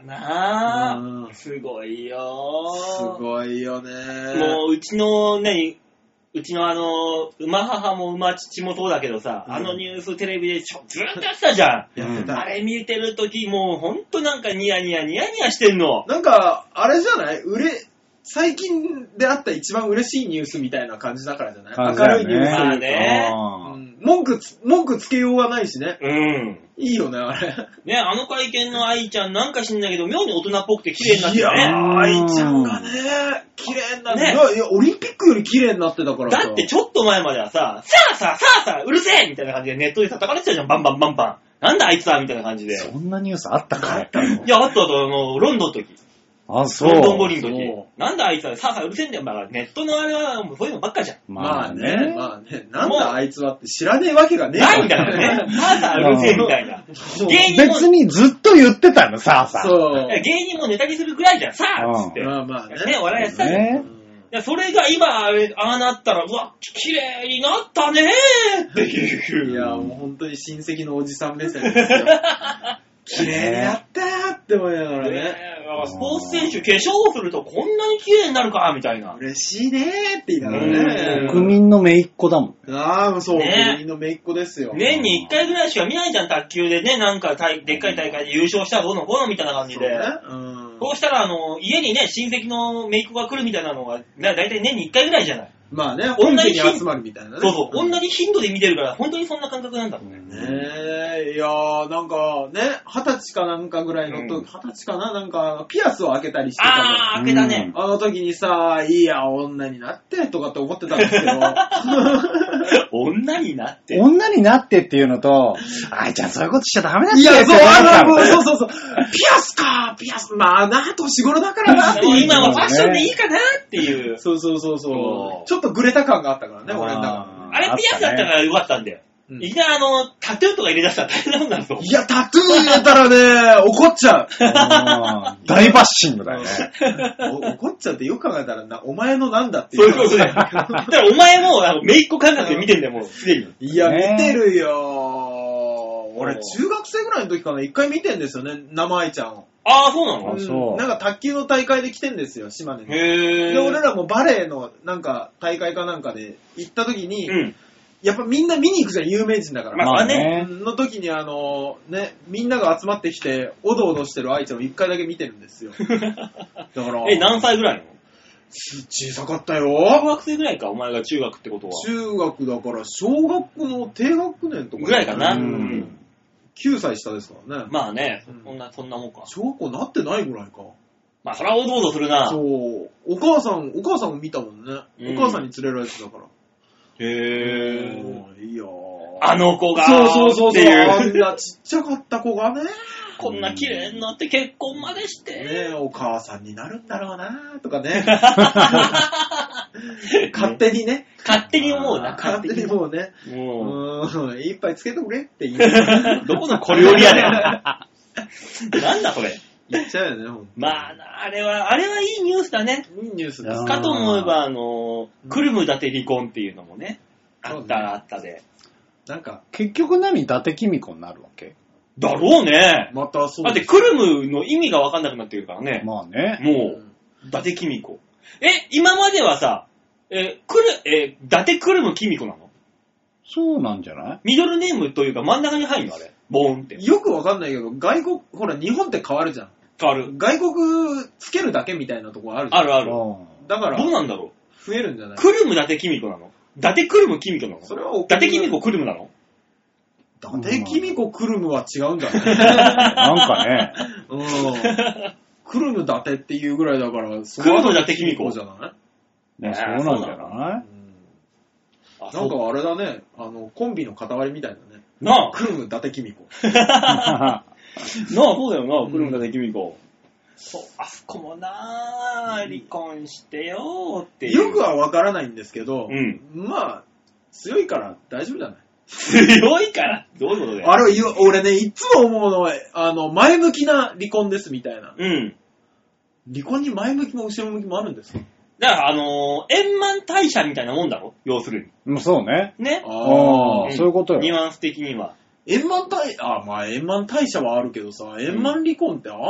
なうんぁ。すごいよすごいよね。 もう、うちのね、うちのあの、馬母も馬父もそうだけどさ、うん、あのニューステレビでちょずーっとやってたじゃん。 やってた。 あれ見てるときもうほんとなんかニヤニヤニヤニヤしてんの。 なんか、あれじゃない売れ、最近であった一番嬉しいニュースみたいな感じだからじゃない、ね、明るいニュースというか、 ねうん、文句つ、文句つけようがないしね。 うん。 いいよね、あれ。 ね、あの会見の愛ちゃんなんか知んないけど、妙に大人っぽくて綺麗になってね。 いやー、愛ちゃんがね、綺麗になって、ね、いや、オリンピックより綺麗になってたからさ。 だってちょっと前まではさ、さあさあさあさあ、うるせえみたいな感じでネットで叩かれてたじゃん、バンバンバンバン。なんだあいつはみたいな感じで。 そんなニュースあったかいいや、あったあった、あの、ロンドンの時。 あ、そう。 ロンドン五輪の時。なんだあいつは、さあさあうるせえんだよ。まあ、ネットのあれはもうそういうのばっかじゃん。 まあね、まあね。なんだあいつはって知らねえわけがねえないんだからね。さあさあうるせえみたいな。 芸人も別にずっと言ってたの、さあさあ。 そう。 芸人もネタにするぐらいじゃん、さあつって。 まあまあね。 ね、笑いやってたじゃん。ね、いやそれが今、ああなったら、うわ、綺麗になったねーっていう。 いや、もう本当に親戚のおじさん目線ですよ。綺麗になったーって思いながらね。 スポーツ選手、化粧をするとこんなに綺麗になるかみたいな。 嬉しいねーって言いながらね。 国民の姪っ子だもん。 ああ、そう、 ね、 国民の姪っ子ですよ。 年にいっかいぐらいしか見ないじゃん、卓球でね、なんかでっかい大会で優勝したらどうのこうのみたいな感じで。そうね。うん、そうしたら、あの、家にね、親戚の姪っ子が来るみたいなのが、だいたい年にいっかいぐらいじゃない。 まあね、本家に集まるみたいなね。 そうそう、うん、同じ頻度で見てるから、本当にそんな感覚なんだろうね。 ねえ、いやー、なんかね、二十歳かなんかぐらいのと、二、うん、十歳かな、なんか、ピアスを開けたりしてたじゃん。 あー、開けたね。 あの時にさ、いいや、女になって、とかって思ってたんですけど。 女になって女になってっていうのと、あいちゃんそういうことしちゃダメだって。 いや、そう、あの、そうそうそう。ピアスか、ピアス、まあな、年頃だからなっていう。 今はファッションでいいかなっていう。 そうそうそうそう。ちょっとグレた感があったからね、俺の中で。 あれピアスだったからよかったんだよ。うん、いきなりあの、タトゥーとか入れ出したら大変なもんなんぞ。 いや、タトゥー入れたらね、怒っちゃう。 大バッシングだよね。 怒っちゃうってよく考えたらな、お前のなんだっていう。そういうことだよ。だからお前も、あの、姪っ子感覚で見てんだよ、もう、すでに。 いや、見てるよ。俺、中学生ぐらいの時かな、一回見てんですよね、生愛ちゃんを。 ああ、そうなの、 うん、そう。なんか卓球の大会で来てんですよ、島根に。 へー。 で、俺らもバレエのなんか大会かなんかで行った時に、うん、やっぱみんな見に行くじゃん、有名人だから。 まあね。 の時にあの、ね、みんなが集まってきて、おどおどしてる愛ちゃんを一回だけ見てるんですよ。だから。 え、何歳ぐらいの？ 小さかったよ。 小学生ぐらいか、お前が中学ってことは。 中学だから、小学の低学年とか。 ぐらいかな。 うん。きゅうさい下ですからね。 まあね、そんな、そんなもんか。 小学校なってないぐらいか。 まあ、そらおどおどするな。 そう。お母さん、お母さんも見たもんね。お母さんに連れられてたから。 へー。 いやー。 あの子が。 そうそうそうそう。あんなちっちゃかった子がね。 こんな綺麗になって結婚までして。 ねえ、お母さんになるんだろうなとかね。勝手にね。 勝手に思うな。 勝手に思うね。 もう。うん。一杯つけてくれって言う。どこの小料理やねん。なんだそれ。 言っちゃうよね、ほんと。 まあ、あれは、あれはいいニュースだね。 いいニュースです。 かと思えば、あの、クルム伊達離婚っていうのもね、あったらあったで。 なんか、 結局何伊達公子になるわけだろうね。 またそう。 だってクルムの意味が分かんなくなってるからね。 まあね。 もう、伊達公子。え、今まではさ、え、クル、え、伊達クルム公子なの？ そうなんじゃない？ ミドルネームというか真ん中に入るのあれ。ボーンって。 よくわかんないけど、外国、ほら、日本って変わるじゃん。 変わる。 外国つけるだけみたいなとこあるじゃん。 あるある。 だから、 どうなんだろう。増えるんじゃない？ クルム伊達公子なの？伊達クルム公子なの？ それは伊達公子クルムなの？ 伊達公子クルムは違うんだね。 なんかね。 うん。クルム伊達っていうぐらいだから、クルム伊達公子じゃない？ ね、そうなんじゃない？ なんかあれだね、あの、コンビの塊みたいだね。 なあ。 クルム伊達公子。 なあ、そうだよな、クルム伊達公子。そう、あそこもなあ、離婚してよーっていう。 よくはわからないんですけど、 うん、 まあ、強いから大丈夫じゃない？ 強いからどういうことだよ。 あれ、俺ね、いつも思うのは、あの、前向きな離婚ですみたいな。 うん。 離婚に前向きも後ろ向きもあるんですか？ だから、あのー、円満退社みたいなもんだろ？要するに。そうね。 ね。 ああ、そういうことよ。 ニュアンス的には。 円満退、あ、まあ円満退社はあるけどさ、円満離婚ってあんの？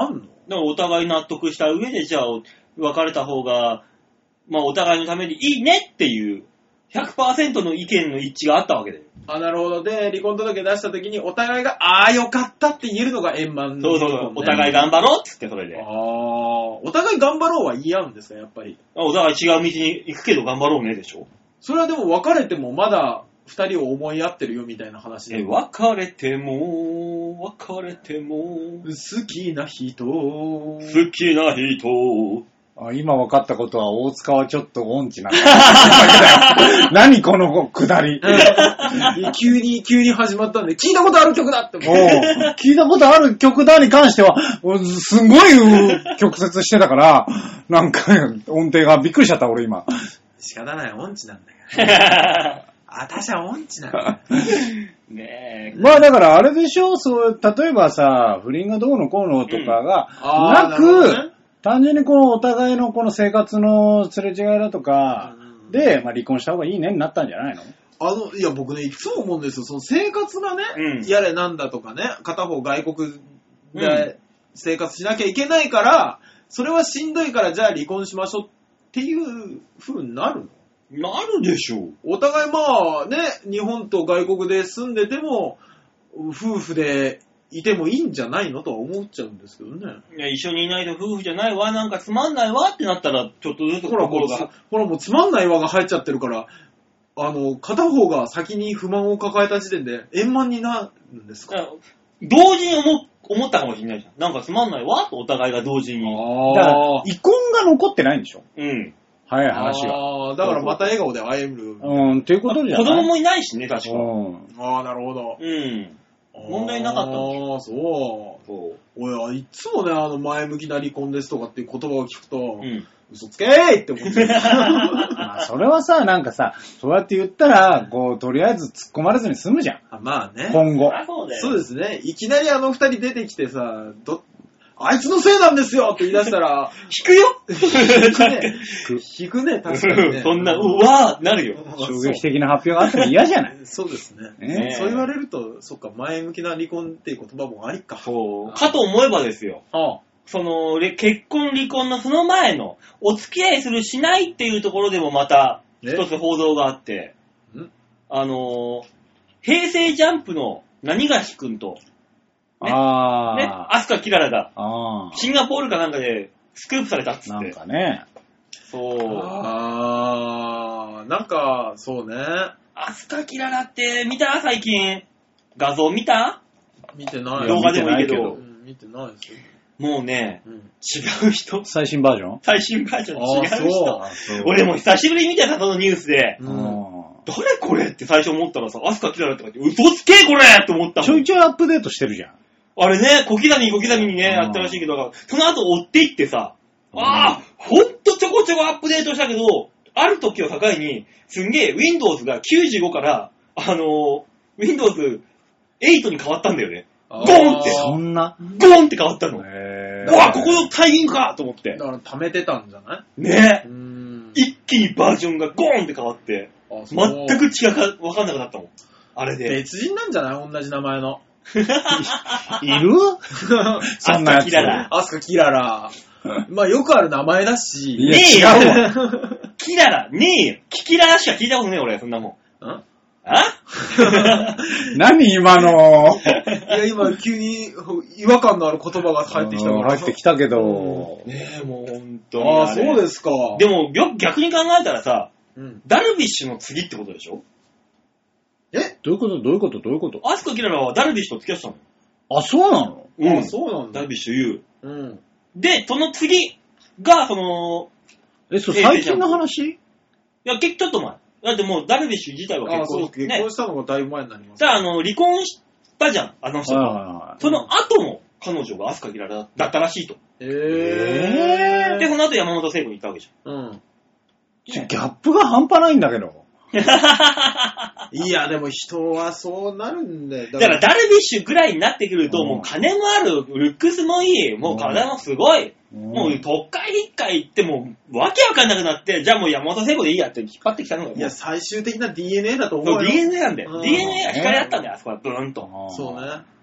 だからお互い納得した上で、じゃあ、別れた方が、まあお互いのためにいいねっていう、ひゃくパーセント の意見の一致があったわけだよ。 あ、なるほど。で、離婚届出した時に、お互いが、ああ、よかったって言えるのが円満、ね。 そうそうそう。お互い頑張ろうっつって、それで。 ああ、お互い頑張ろうは言い合うんですか、やっぱり。 お互い違う道に行くけど頑張ろうねでしょ。 それはでも別れてもまだ二人を思い合ってるよみたいな話で。 え、別れても、別れても、 好きな人、 好きな人。 あ、今分かったことは大塚はちょっと音痴なんだ。何このくだり。 急に、急に始まったんで、聞いたことある曲だって思う。 聞いたことある曲だに関しては、すごい曲折してたから、なんか音程がびっくりしちゃった俺今。 仕方ない、音痴なんだから。私は音痴なんだ。 ねえ。 まあだからあれでしょ、そう、例えばさ、不倫がどうのこうのとかがなく、うん、単純にこのお互いのこの生活のすれ違いだとかで、まあ、離婚した方がいいねになったんじゃないの？ あの、いや僕ね、いつも思うんですよ。その生活がね、うん、やれなんだとかね、片方外国で生活しなきゃいけないから、うん、それはしんどいからじゃあ離婚しましょうっていう風になるの？ なるでしょう。 お互いまあね、日本と外国で住んでても、夫婦でいてもいいんじゃないのとは思っちゃうんですけどね。 いや、一緒にいないと夫婦じゃないわ、なんかつまんないわってなったら、ちょっとずつほらもう、ほらもうつまんないわが入っちゃってるから、あの、片方が先に不満を抱えた時点で円満になるんですか？ 同時に思、思ったかもしれないじゃん。なんかつまんないわとお互いが同時に。 あだから遺恨が残ってないんでしょ？ うん。 早い話が。 ああ、だからまた笑顔で会える。 うん、っていうことじゃない？ 子供もいないしね、確か。うん、 ああ、なるほど。 うん。問題なかったんでしょ。 ああ、そう。そう。俺、いつもね、あの、前向きな離婚ですとかっていう言葉を聞くと、うん、嘘つけーって思ってる。 まあ、それはさ、なんかさ、そうやって言ったら、こう、とりあえず突っ込まれずに済むじゃん。 あまあね。 今後。 そうだよ。 そうですね。いきなりあの二人出てきてさ、ど、あいつのせいなんですよって言い出したら、 引くよ引くね。引くね、確かにね。 そんな、うわーなるよ。 衝撃的な発表があっても嫌じゃないそうですね。 ねそう言われると、そっか、前向きな離婚っていう言葉もありか。 そう。かと思えばですよ。 ああその、結婚離婚のその前の、お付き合いするしないっていうところでもまた、一つ報道があって、あの、平成ジャンプの何がしくんと、ね、 ああ。 ね、アスカキララが、 あシンガポールかなんかでスクープされたっつって。 なんかね。 そう。 ああ、なんか、そうね。 アスカキララって見た最近。画像見た見てない。 動画でもいいけど。 うん、見てないですよ。 もうね、うん、違う人。 最新バージョン最新バージョン違う人。 そう俺も久しぶりに見たさ、そのニュースで。 うん、 誰これって最初思ったらさ、アスカキララって書いて、嘘つけこれって思ったもん。 ちょいちょいアップデートしてるじゃん。 あれね、小刻み小刻みにね、やったらしいけど、その後追っていってさ、ああ、ほんとちょこちょこアップデートしたけど、ある時を境に、すんげえ Windows がきゅうじゅうごから、あのー、Windows エイトに変わったんだよね。ゴンって。 そんなゴンって変わったの。 へうわ、ここのタイミングかと思って。 だから溜めてたんじゃないねえ。 うーん一気にバージョンがゴーンって変わって、全く違うか分かんなくなったもん。あれで。 別人なんじゃない同じ名前の。 いるそんなやつ。 アスカキララ。まあよくある名前だし。 ねえよ。キララ、ねえよ。キキララしか聞いたことねえ俺、そんなもん。んあ何今の。 いや今急に違和感のある言葉が入ってきたから。 入ってきたけど。 ねえ、もうほんとに。 ああ、そうですか。 でも逆に考えたらさ、うん、ダルビッシュの次ってことでしょ？ えどういうことどういうことどういうことアスカキララはダルビッシュと付き合ってたの。 あ、そうなの？ うん。 あ、そうなんだ。 ダルビッシュ言う。 うん。 で、その次が、その、 え、そう、最近の話？ いや、結ちょっと前。だってもうダルビッシュ自体は結婚して、 ね。結婚したのがだいぶ前になります。 さあ、あの、離婚したじゃん、あの人と。 はいはいはい、 その後も彼女がアスカキララだったらしいと。 へぇー。 で、その後山本聖子に行ったわけじゃん。うん。 ギャップが半端ないんだけど。 いや、でも人はそうなるんだよ。 だからダルビッシュぐらいになってくると、もう金もある、ルックスもいい、もう体もすごい、うん、もう特会一回行ってもわけわかんなくなって、じゃあもう山本聖子でいいやって引っ張ってきたのが。 いや、最終的な ディーエヌエー だと思うよ。 そう、ディーエヌエー なんだよ。うん、ディーエヌエー が光り合ったんだよ、あそこはブーンと。 そうね。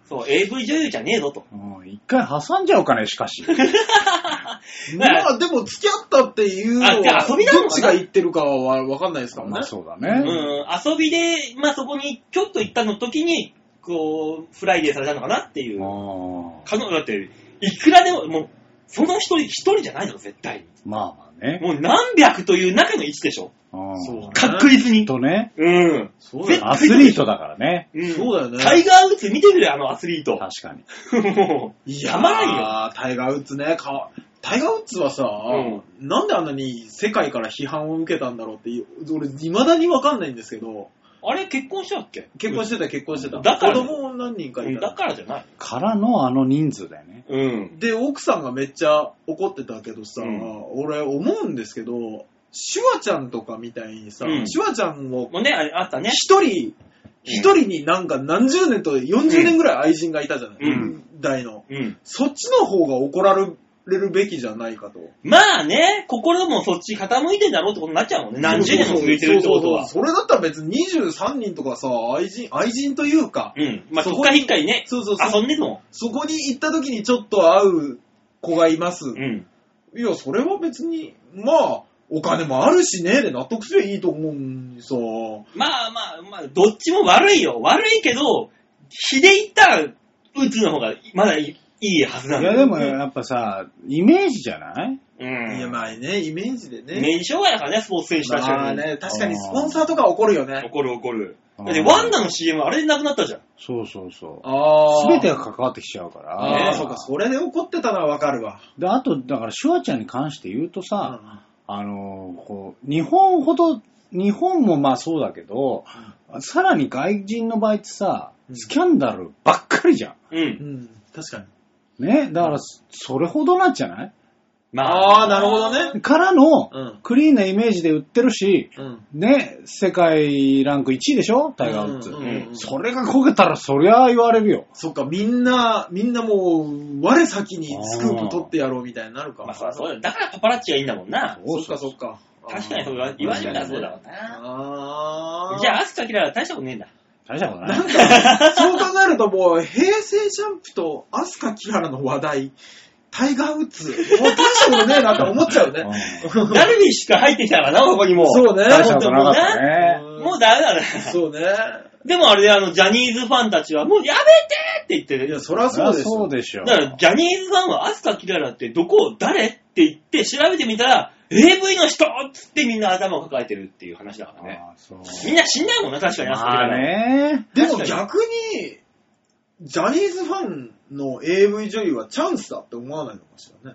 そう、エーブイ 女優じゃねえぞと。 うん、一回挟んじゃうかね、しかし。 まあでも付き合ったっていうのは、 あ遊びなのかなどっちが言ってるかはわかんないですからね。 まあそうだうね。 ん、遊びで、まあそこにちょっと行ったの時に、こう、フライデーされたのかなっていう。 あ可能だって、いくらでも、もう、その一人、一人じゃないだろ、絶対に。 まあまあね。 もう何百という中の一でしょ。 そうだね確実に。 とね、 うん。 そうだよアスリートだからね。 うんそうだよねタイガー・ウッズ見てくれ、あのアスリート。 確かに。 もう、 いやたまらんよ。 ー、タイガー・ウッズね、かわタイガー・ウッズはさ、 うなんであんなに世界から批判を受けたんだろうって、俺、未だにわかんないんですけど、 あれ、結婚したっけ結婚してた、結婚してた。 だから子供何人かいた。 だからじゃない。 からのあの人数だよね。 うん。 で、奥さんがめっちゃ怒ってたけどさ、 うん俺思うんですけど、シュワちゃんとかみたいにさ、 うんシュワちゃんをもうね、あれあったね。 一人、一人になんか何十年とよんじゅうねんぐらい愛人がいたじゃない、 うん大の。 うん。 そっちの方が怒られるべきじゃないかと。 まあね、心もそっち傾いてんだろうってことになっちゃうもんね。何十年も続いてるってことは。 そうそうそうそれだったら別ににじゅうさんにんとかさ、愛人、愛人というか、 うん。まあ、 そこにそっかひっかりね、 そうそうそう遊んでるの。 そこに行った時にちょっと会う子がいます。 うん。 いや、それは別に、まあ、お金もあるしね、で納得すればいいと思うんにさ。 まあまあまあ、どっちも悪いよ。悪いけど、比で言ったら、打つの方がまだいい。いいはずなんだよ。 いやでもやっぱさ、イメージじゃないうん。 いや、まあね、イメージでね。 イメージ障害だからね、スポーツ選手たちは。 まあね、確かにスポンサーとか怒るよね。 怒る怒る。 あーだってワンダの シーエム あれでなくなったじゃん。 そうそうそう。 あすべてが関わってきちゃうから。 ああ、 ねそうか、それで怒ってたのはわかるわ。 で、あと、だから、シュワちゃんに関して言うとうさ、 んあの、こう、日本ほど、日本もまあそうだけど、さらに外人の場合ってさ、 うんスキャンダルばっかりじゃん。 う。 うんん、確かに。 ね。だから、それほどなんじゃないまああ、なるほどね。 からの、 うん。 クリーンなイメージで売ってるし、 うん。 ね、世界ランクいちいでしょタイガー・ウッズ。 うんうんうんそれがこけたら、そりゃ言われるよ。 そっか、みんな、みんなもう、我先にスクープ取ってやろうみたいになるか。 まあそりゃそうだよ。だからパパラッチがいいんだもんな。 そっか、そっか。 確かにそう言われるからそうだろうな。 ああ。 じゃあ、アスカキラは大したことねえんだ。 大したことな。 ないんか、そう考えるともう、平成ジャンプとアスカキハラの話題、タイガー・ウッズ、もう大したことねえなって思っちゃうね。 ダルビッシュが入ってきたからな、ここにもう。 そうね。 大したことなかったね。 うんもうダメだね。 そうね。 でもあれであの、ジャニーズファンたちは、もうやめてって言ってる。 いや、そりゃそうでしょ。 そうでしょ。 だから、ジャニーズファンはアスカキララってどこ、誰って言って調べてみたら、エーブイ の人っつってみんな頭を抱えてるっていう話だからね。 あーそうみんな死んないもんな、確かにアスカキラまあラ。 ね。 でも確かに逆に、ジャニーズファンの エーブイ 女優はチャンスだって思わないのかしらね。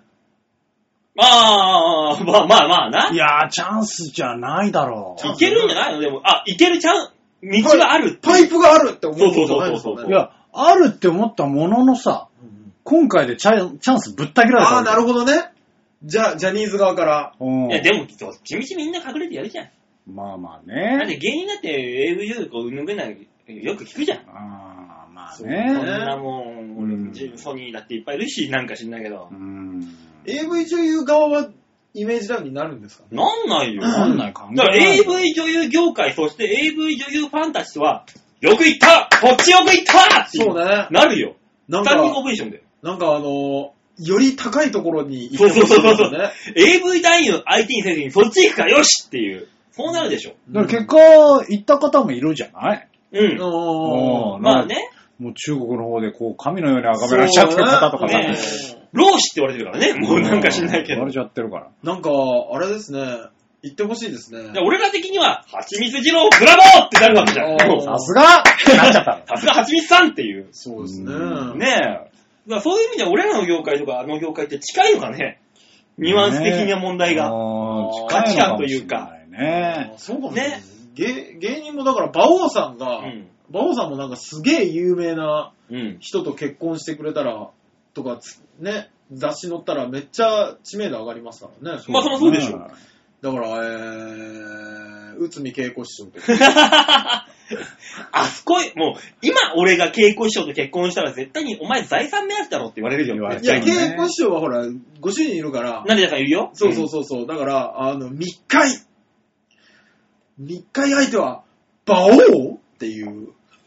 ああ、まあまあまあな。 いやー、チャンスじゃないだろいけるんじゃないのでも、あ、いけるちゃう、道があるってパイプがあるって思うんじゃないですかそうそうそうそうう。いや、あるって思ったもののさ、 うん今回でチャンチャンスぶった切られたああ、なるほほどね。じゃあ、ジャニーズ側から。 ど。うんいや、でも、どっちみちみんな隠れてやるじゃん。 まあまあだってね。 芸人だって エーブイ 女優こう、脱げない、よく聞くじゃん。 あーまあそうこんね。 なもん、 うん俺ソニーだっていっぱいいるし、なんか知んないけどう。ん。 エーブイ 女優側はイメージダウンになるんですかね。 なんないよ。 なんない関係だからないエーブイ 女優業界、そして エーブイ 女優ファンたちは、よく言ったこっちよく言ったってそうね。 なるよ。 なんスタンディングか、 オベーションで。 なんかあのー、より高いところに行そうそうそうそうね。 エーブイ 男優相手にせずにそっち行くかよしっていう。そうなるでしょ。 だから結果、行った方もいるじゃないうん。 おーまあね。 もう中国の方でこう、神のように崇められちゃってる方とかさ、 ね老子って言われてるからね。もうなんか知んないけど。 言われちゃってるから。 なんか、あれですね。言ってほしいですね。 で俺ら的には、はちみつ二郎ブラボーってなるわけじゃん。 おーもうさすがってなっちゃったの。 さすがはちみつさんっていう。 そうですね。 うんねえ。だからそういう意味では俺らの業界とかあの業界って近いのかね。ニュアンス的な問題が。 が価値観というかね。 あそうかもしれない。芸芸人もだから、馬王さんが、 うん。 馬王さんもなんかすげえ有名なうん。 人と結婚してくれたら、とかつ、ね、雑誌載ったらめっちゃ知名度上がりますからね。 まあそりゃそうでしょだから、えー、内海恵子師匠とか。 あそこへ、もう、今俺が稽古師匠と結婚したら絶対にお前財産目当てだろって言われるよ。 言われいや、 ちゃうね恵子師匠はほら、ご主人いるから、 なんでだか言うよ。 そうそうそうそう。だから、あの、密会密会相手は、馬王っていう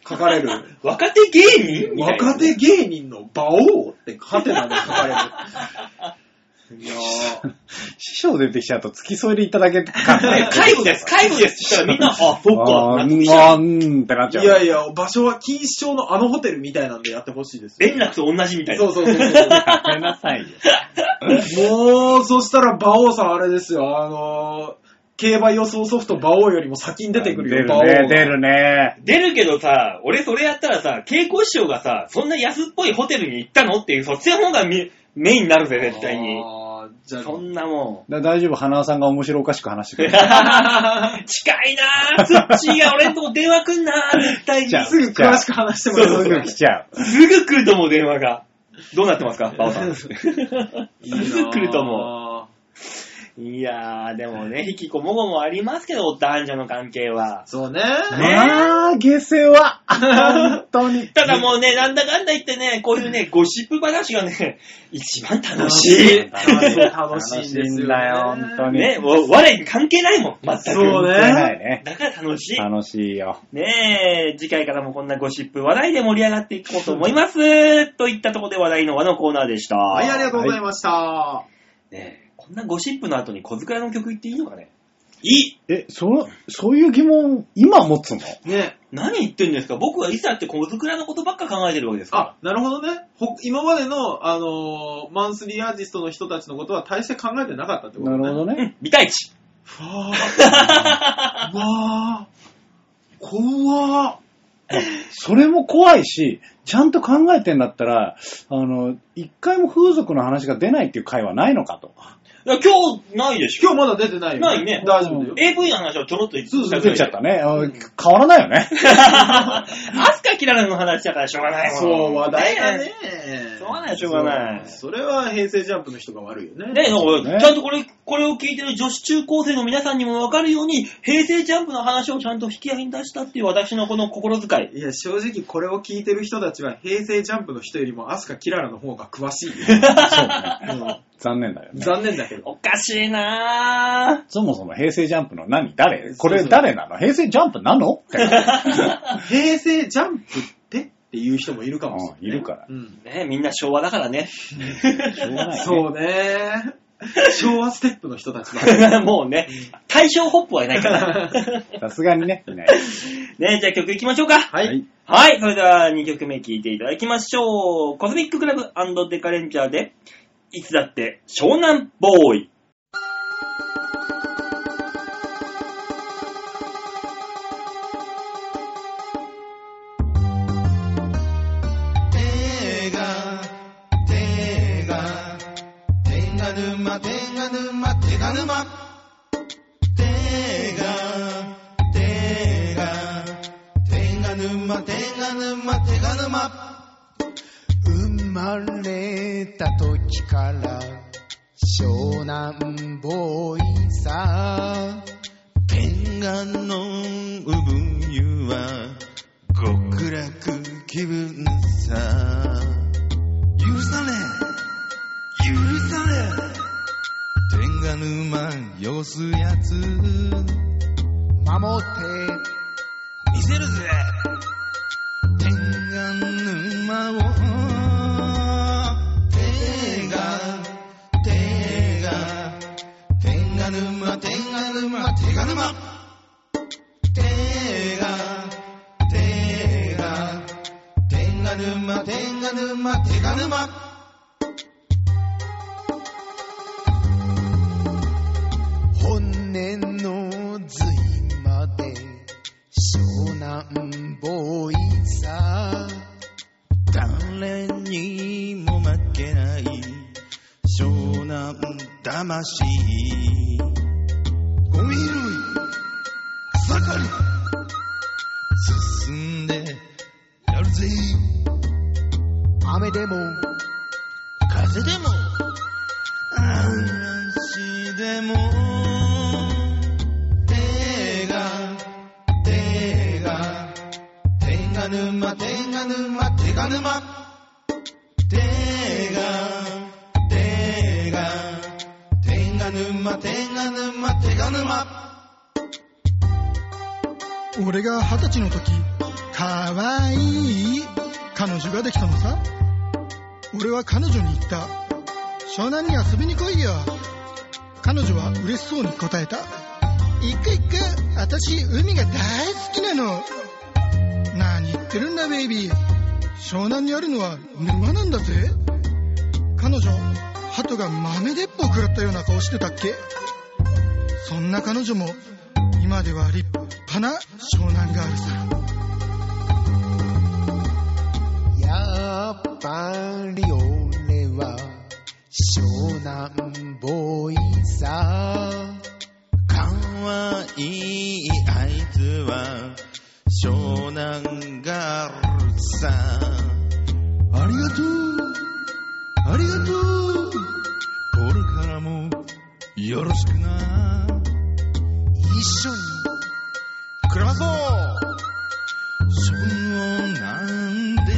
書かれる。 若手芸人みたいな若手芸人の馬王ってハテナで書かれる。いやー師匠出てきちゃうと付き添いでいただけかね、介護です、介護ですって言ったらみんな、あ、そっか、 あ納得しちゃう。 ーんってなっちゃう。 いやいや、場所は錦糸町のあのホテルみたいなんでやってほしいです。 連絡と同じみたいな。 そうそうそうそう。 やめなさいよ。 もう、そしたら馬王さんあれですよ、あのー、競馬予想ソフト馬王よりも先に出てくるよ、馬王。 出るね、出るね。 出るけどさ、俺それやったらさ、稽古師匠がさ、そんな安っぽいホテルに行ったのっていう、そっちの方がメインになるぜ、絶対に。 あーじゃあそんなもん。 だ大丈夫、花輪さんが面白おかしく話してくれる。 近いなぁ、ツッチーが俺んとこ電話来んなぁ、絶対に。 じゃあすぐ詳しく話してもらう。 すぐ来ちゃう。 すぐ来ると思う、電話が。どうなってますか、バオさん。すぐ来ると思う。いやー、でもね、引きこもごもありますけど、男女の関係は。 そうね。 まあ、下世話。本当に。 ただもうね、なんだかんだ言ってね、こういうね、ゴシップ話がね、一番楽しい。 楽しいんですよ、ね。 だよ、本当に。 ね、もう、我に関係ないもん、全く。 そうね。 ねだから楽しい。 楽しいよ。 ねえ、次回からもこんなゴシップ話題で盛り上がっていこうと思います。といったところで話題の輪のコーナーでした。 はい、ありがとうございました。 はい、ねえ、こんなゴシップの後に小遣いの曲言っていいのかね。いいえ、そ、そういう疑問、今持つの？ ね。 何言ってんですか？僕はいざって小遣いのことばっか考えてるわけですから。 あ、なるほどね。ほ今までの、あのー、マンスリーアーティストの人たちのことは大して考えてなかったってことね。 なるほどね。 見たいち。 ふわー。わー。怖ー。 それも怖いし、ちゃんと考えてんだったら、あの、一回も風俗の話が出ないっていう回はないのかと。 いや今日ないでしょ。 今日まだ出てないよ、ね。 ないね。 大丈夫だよ。 エーブイ の話はちょろっと言ってた出ちゃったね。変わらないよね。 アスカキララの話だからしょうがないもん。 そう、話題がね。 しょうがない、しょうがない。 それは平成ジャンプの人が悪いよね。 ね、ね、ちゃんとこれ、これを聞いてる女子中高生の皆さんにもわかるように、平成ジャンプの話をちゃんと引き合いに出したっていう私のこの心遣い。 いや、正直これを聞いてる人たちは平成ジャンプの人よりもアスカキララの方が詳しいよ。そうね。 うん残念だよね。 残念だけど。 おかしいなぁ。 そもそも平成ジャンプの何誰これ誰なの平成ジャンプなの平成ジャンプってっていう人もいるかもしれない、 うん。いるから。 うん、ね、みんな昭和だからね。 しょうがない、ね。 そうね。昭和ステップの人たちだ。 もうね、大正ホップはいないから。 さすがにね、いない。 ね、じゃあ曲いきましょうか。 はい。 はい、それではにきょくめ聴いていただきましょう。コスミッククラブ&デカレンジャーで、いつだって湘南ボーイ。 手が手が手が沼手が沼手が沼手が手が手が沼手が沼手が沼生まれた時から湘南ボーイさ天眼の産湯は極楽気分さ許さねえ許さねえ天眼沼汚すやつ守ってみせるぜ天眼沼を沼手が沼手が沼手が手が手が沼手が沼手が沼骨の髄まで湘南ボーイさ誰にも負けない湘南魂ゴミ拾い草刈り進んでやるぜ雨でも風でも嵐でも手が手が手が沼手が沼手が沼手が手が手が沼手が沼手が沼俺が二十歳の時かわいい彼女ができたのさ。俺は彼女に言った。湘南に遊びに来いよ。彼女は嬉しそうに答えた。行く行く、私海が大好きなの。何言ってるんだベイビー。湘南にあるのは沼なんだぜ。彼女、鳩が豆鉄砲食らったような顔してたっけ。そんな彼女も今では立派な湘南ガールさ。 やっぱり俺は湘南ボーイさ。かわいいあいつは湘南ガールさ。 ありがとうありがとう。 これからもよろしくな。一緒に暮らそう。湘南で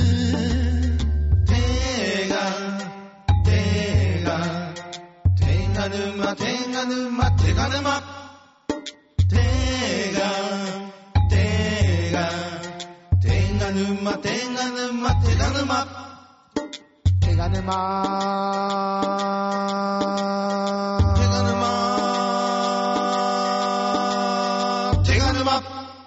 手が手が手が沼手が沼手が沼手が手が手が沼手が沼手が沼手が沼手が沼手が沼。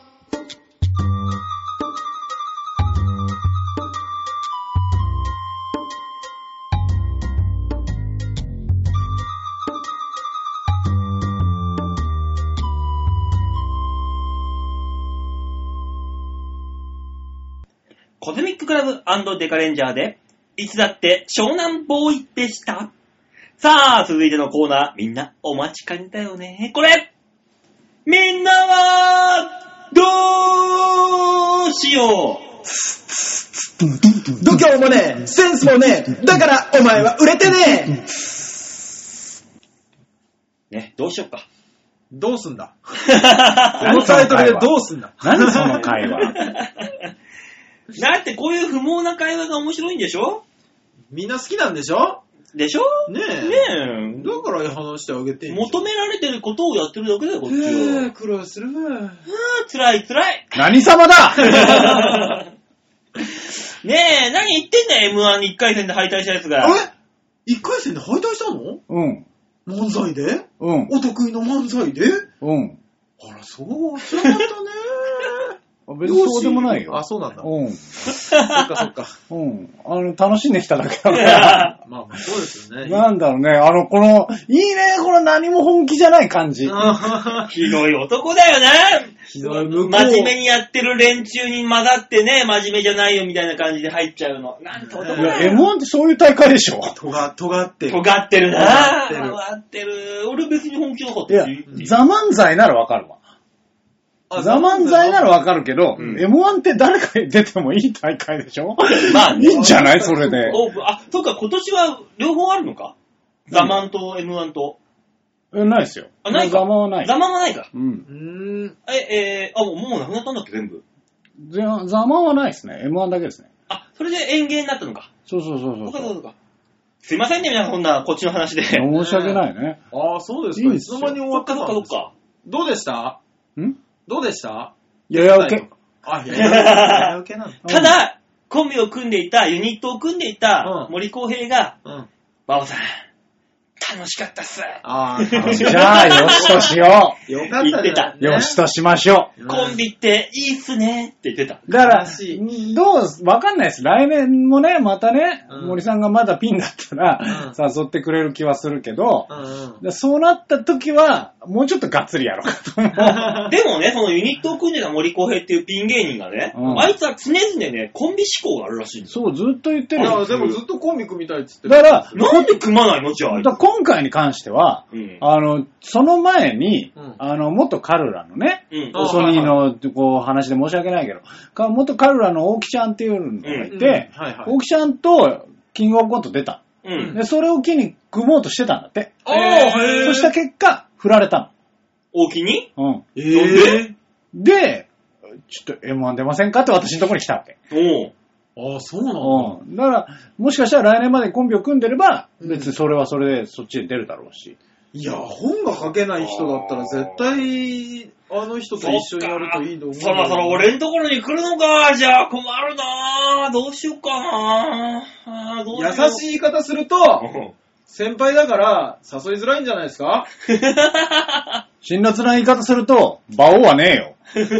コズミッククラブ&デカレンジャーでいつだって湘南ボーイでした。さあ、続いてのコーナー、みんなお待ちかねだよね。これみんなはどうしよう。度胸もねえ、センスもねえ、だからお前は売れてねえ。ね、どうしよっか。 どうすんだこのタイトルでどうすんだ。 何その会話。 だってこういう不毛な会話が面白いんでしょ。 みんな好きなんでしょでしょねえ。 ねえ。 だから話してあげて。 求められてることをやってるだけだよ、こっちは。 えー、苦労するわ。 あー、辛い辛い。 何様だねえ、何言ってんだよ、エムワン いっかい戦で敗退したやつが。 あれ ?いっ 回戦で敗退したの？ うん。 漫才で？ うん。 お得意の漫才で？ うん。 あら、そう、知らなかったね。 別にそうでもないよ。 あ、そうなんだ。 うん。 そっかそっか。 うん。あの、楽しんできただけだから。 まあまあ、そうですよね。 なんだろうね。あの、この、いいね、この何も本気じゃない感じ。 ひどい男だよね。 ひどい向こう。 真面目にやってる連中に混ざってね、真面目じゃないよみたいな感じで入っちゃうの。なんて男だよ。 いや、エムワン ってそういう大会でしょ。 とが、尖ってる。 尖ってるな。 尖ってる。 尖ってる。俺別に本気なかったし。 いや、ザ漫才ならわかるわ。ザ漫才ならわかるけど、うん、エムワン って誰か出てもいい大会でしょ。まあ、いいんじゃないそれで。 あ、そっか、今年は両方あるのか、うん、ザマンと エムワン と。 え、ないですよ。 あ、ないか。 ザマはない。 ザマはないか。 うん。 え、えー、あ、もう、もうなくなったんだっけ、全部。 ザ、ザマはないですね。エムワン だけですね。 あ、それで演芸になったのか。 そうそうそうそう。 そうかそうか。すいませんね、皆さん、こんな、こっちの話で。 申し訳ないね。 ああ、そうですか。いつの間に終わったのか。そっかそっか。 どうでしたんどうでしたやや受け。 あ、やや受けなの。 ただ、コンビを組んでいた、ユニットを組んでいた森公平が、うん。バオさん、楽しかったっす。 ああ、楽しかった。 じゃあ、よしとしよう。よかったね。 言ってた。 よしとしましょう。 コンビっていいっすねって言ってた。 だから、どう、わかんないです。来年もね、またね、うん、森さんがまだピンだったら、うん、誘ってくれる気はするけど、うんうん、そうなった時は、もうちょっとがっつりやろうかと思う。 でもね、そのユニットを組んでた森公平っていうピン芸人がね、うん、あいつは常々ね、コンビ志向があるらしいんですよ。そう、ずっと言ってるよ。 でもずっとコンビ組みたいって言ってる。だから、 なんで組まないのじゃあ。 だから今回に関しては、うん、あの、その前に、うん、あの、元カルラのね、うん、ソニーのこう話で申し訳ないけど、元カルラの大木ちゃんっていうのがいて、うんうんはいはい、大木ちゃんとキングオブコント出た。うん、で、それを機に組もうとしてたんだって。 へそした結果、振られたの。 大木にうん。 えー、 で、ちょっと エムワン 出ませんかって私のところに来たわけ。 おう。 ああ、そうなんだ。 うん。だから、もしかしたら来年までコンビを組んでれば、別にそれはそれでそっちで出るだろうし。 いや、本が書けない人だったら絶対、あの人と一緒にやるといいと思う。 そろそろ俺んところに来るのか。じゃあ困るなぁ。どうしようかなぁ。どうしよう。 優しい言い方すると、先輩だから誘いづらいんじゃないですか。 辛辣な言い方すると、馬王はねえよ。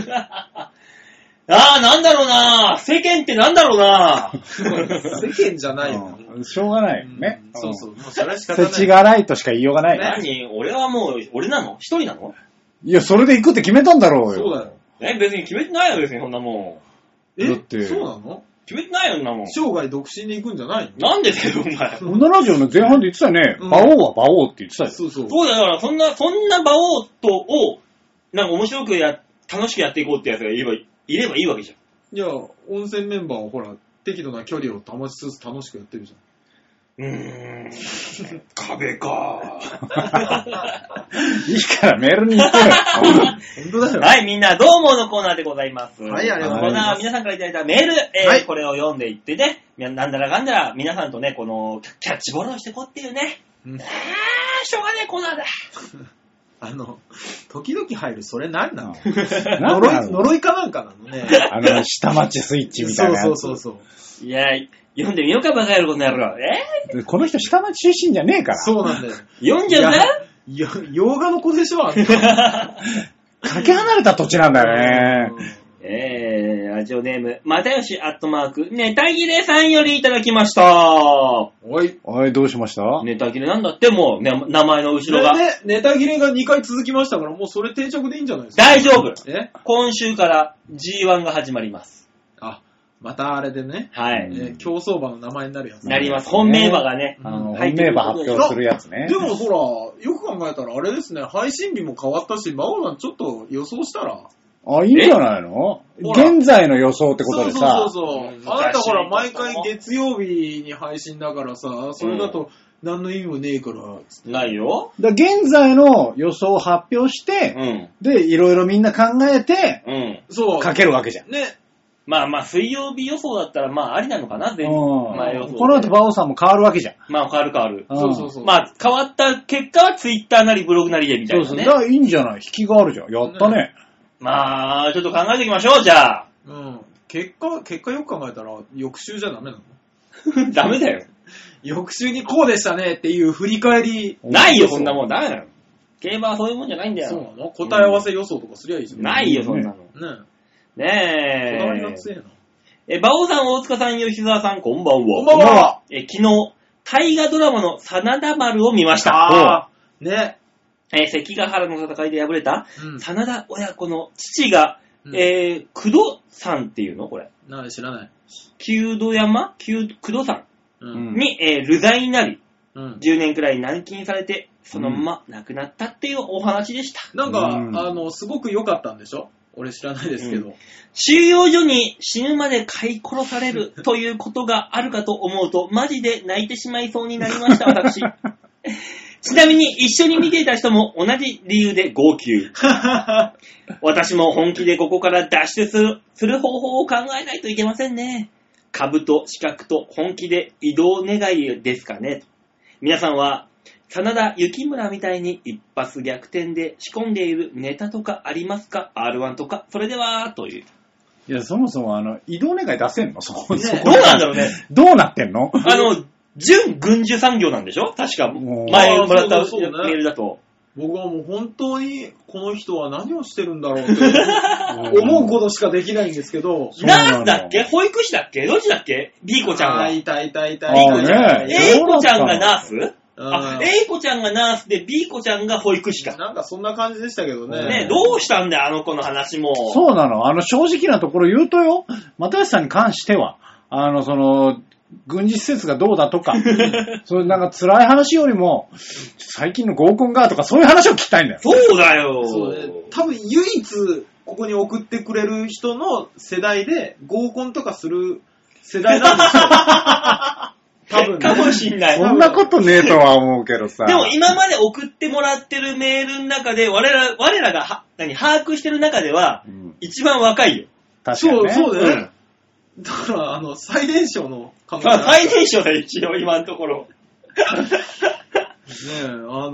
ああ、なんだろうなぁ。世間ってなんだろうなぁ。 世間じゃないよ。 うんしょうがないよね。 うんそうそう。もうそれは仕方ない。 世知辛いとしか言いようがない。 何俺はもう、俺なの一人なのいや、それで行くって決めたんだろうよ。 そうだよ。 え、別に決めてないよ、別にそんなもえだってそうなの？ 決めてないよ、そんなもん。 生涯独身で行くんじゃないの？ なんでだよ、お前。 女ラジオの前半で言ってたよね。 うん馬王は馬王って言ってたよ。 そうそう。 そうだよ、だから、そんな、そんな馬王とを、なんか面白くや、楽しくやっていこうってやつがいれば、いればいいわけじゃん。 いや、温泉メンバーはほら、適度な距離を保ちつつ楽しくやってるじゃん。 うーん。壁か。 いいからメールに言ってよ。 本当だよ。 はい、みんな、どうものコーナーでございます。 はいありがとうこのコーナーございますは皆さんからいただいたメール、えーはいこれを読んでいってね、みななんだらかんだら、皆さんとね、この、キャッチボールをしていこうっていうね。 うんあー、しょうがねえコーナーだ。 あの、時々入るそれ何なの？ なん呪い、 なの呪いかなんかなのね。 あの、下町スイッチみたいなやつ。 そうそうそうそう。 いや、読んでみようか、バカ野郎、この野郎。えこの人下町出身じゃねえから。 そうなんだよ。 読んじゃうかいや、洋画の子でしょ、あんた。 かけ離れた土地なんだよね。 えー、ラジオネーム、またよしアットマーク、ネタ切れさんよりいただきました。 おい。 おい、どうしましたネタ切れなんだって、もう、ね、名前の後ろが。 ね、ネタ切れがにかい続きましたから、もうそれ定着でいいんじゃないですか。 大丈夫。 え今週から ジーワン が始まります。 あ、またあれでね、 はい。 えー競走馬の名前になるやつ。 なります。本命馬がね。 あの、 入ってくる本命馬発表するやつね。 でもほら、よく考えたらあれですね、配信日も変わったし、馬王さんちょっと予想したら。 あ、いいんじゃないのほら現在の予想ってことでさ。 そうそうそううんそう。あなたほら、毎昔回月曜日に配信だからさ、それだと何の意味もねえから、つってないよ。 だ現在の予想を発表して、 うん。 で、いろいろみんな考えて、 うん。 そう。 かけるわけじゃん。 ね。 まあまあ、水曜日予想だったら、まあ、ありなのかな、全うん前予想で。 この後、馬王さんも変わるわけじゃん。 まあ、変わる変わる。 うんそうそうそう。 まあ、変わった結果はツイッターなりブログなりでみたいそうそう。 なねだ。からいいんじゃない引きがあるじゃん。やったね。 まあ、ちょっと考えていきましょう、じゃあ。 うん。結果、結果よく考えたら、翌週じゃダメなの？ ダメだよ。 翌週にこうでしたねっていう振り返り。 ないよ、そんなもん。ダメだよ。競馬はそういうもんじゃないんだよ。 そうなの？答え合わせ予想とかすりゃいいじゃん。 ないよ、そんなの。 ねねえ。こだわりがえ。 強いな。 え、馬王さん、大塚さん、吉沢さん、こんばんは。 こんばんは。 え、昨日、大河ドラマの真田丸を見ました。 ああ。ね。 えー関ヶ原の戦いで敗れた、 うん。 真田親子の父が、 うんえー、九度山っていうのこれ。 なんで知らない。 九度山九九度山うん。 に、えー、流罪になり、 うん。 じゅうねんくらい軟禁されて、そのまま亡くなったっていうお話でした。 なんか、 うんあの、すごく良かったんでしょ？俺知らないですけど。 収容所に死ぬまで飼い殺されるということがあるかと思うと、マジで泣いてしまいそうになりました、私。ちなみに一緒に見ていた人も同じ理由で号泣。私も本気でここから脱出する、する方法を考えないといけませんね。株と資格と本気で移動願いですかね。皆さんは、真田幸村みたいに一発逆転で仕込んでいるネタとかありますか ?アールワン とか。それでは、という。 いや、そもそも、あの、移動願い出せんのそこ、 ねそこどうなんだろうね。 どうなってんのあの、準軍需産業なんでしょ確か、 もう前もらったあーそうそうそうねメールだと。 僕はもう本当に、この人は何をしてるんだろうって思うことしかできないんですけど。 そうなのナースだっけ保育士だっけどっちだっけビーコちゃんは。 あーエいたいたいたあーいたいた。 ねイコちゃんがナースあ、 うんエイコちゃんがナースでビーコちゃんが保育士か。 なんかそんな感じでしたけどね。 ね、どうしたんだよ、あの子の話も。 そうなの。あの、正直なところ言うとよ、又吉さんに関しては、あの、その、軍事施設がどうだとか、そういうなんか辛い話よりも、最近の合コンがとかそういう話を聞きたいんだよ。 そうだよ。 そうね。多分唯一ここに送ってくれる人の世代で合コンとかする世代なんですよ。多分、ね。 かもしんない。 そんなことねえとは思うけどさ。 でも今まで送ってもらってるメールの中で、我ら、我らがは、何、把握してる中では、 うん一番若いよ。 そう、 確かにね。 そうだよね。 うんだから、あの、最年少の可能性まあ最年少だよ、一応、今のところ。 ねえ、あの、